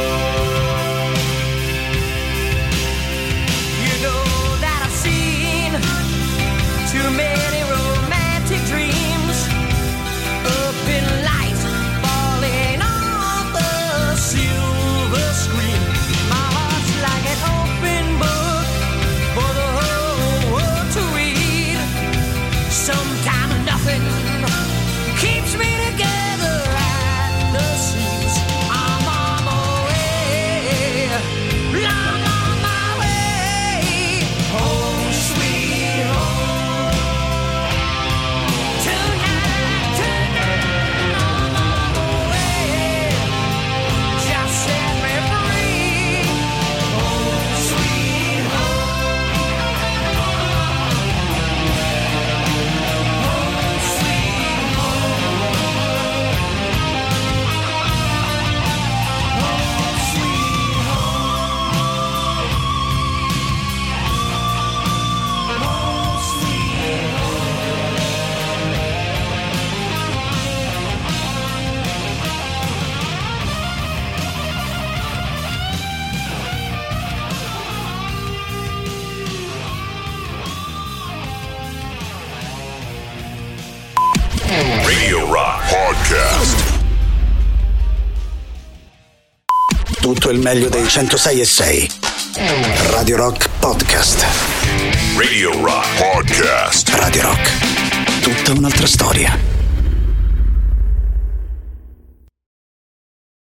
O: You know that I've seen too many romantic dreams up in lights falling off the silver screen. My heart's like an open book for the whole world to read. Sometimes nothing keeps me together at the seams. I'm on my way, I'm on my way, home sweet home. Tonight, tonight, I'm on my way, just set me free, home sweet home, home sweet home, home sweet home, home sweet
B: Radio Rock Podcast.
A: Tutto il meglio dei centosei e sei. Radio Rock Podcast.
B: Radio Rock Podcast.
A: Radio Rock. Tutta un'altra storia.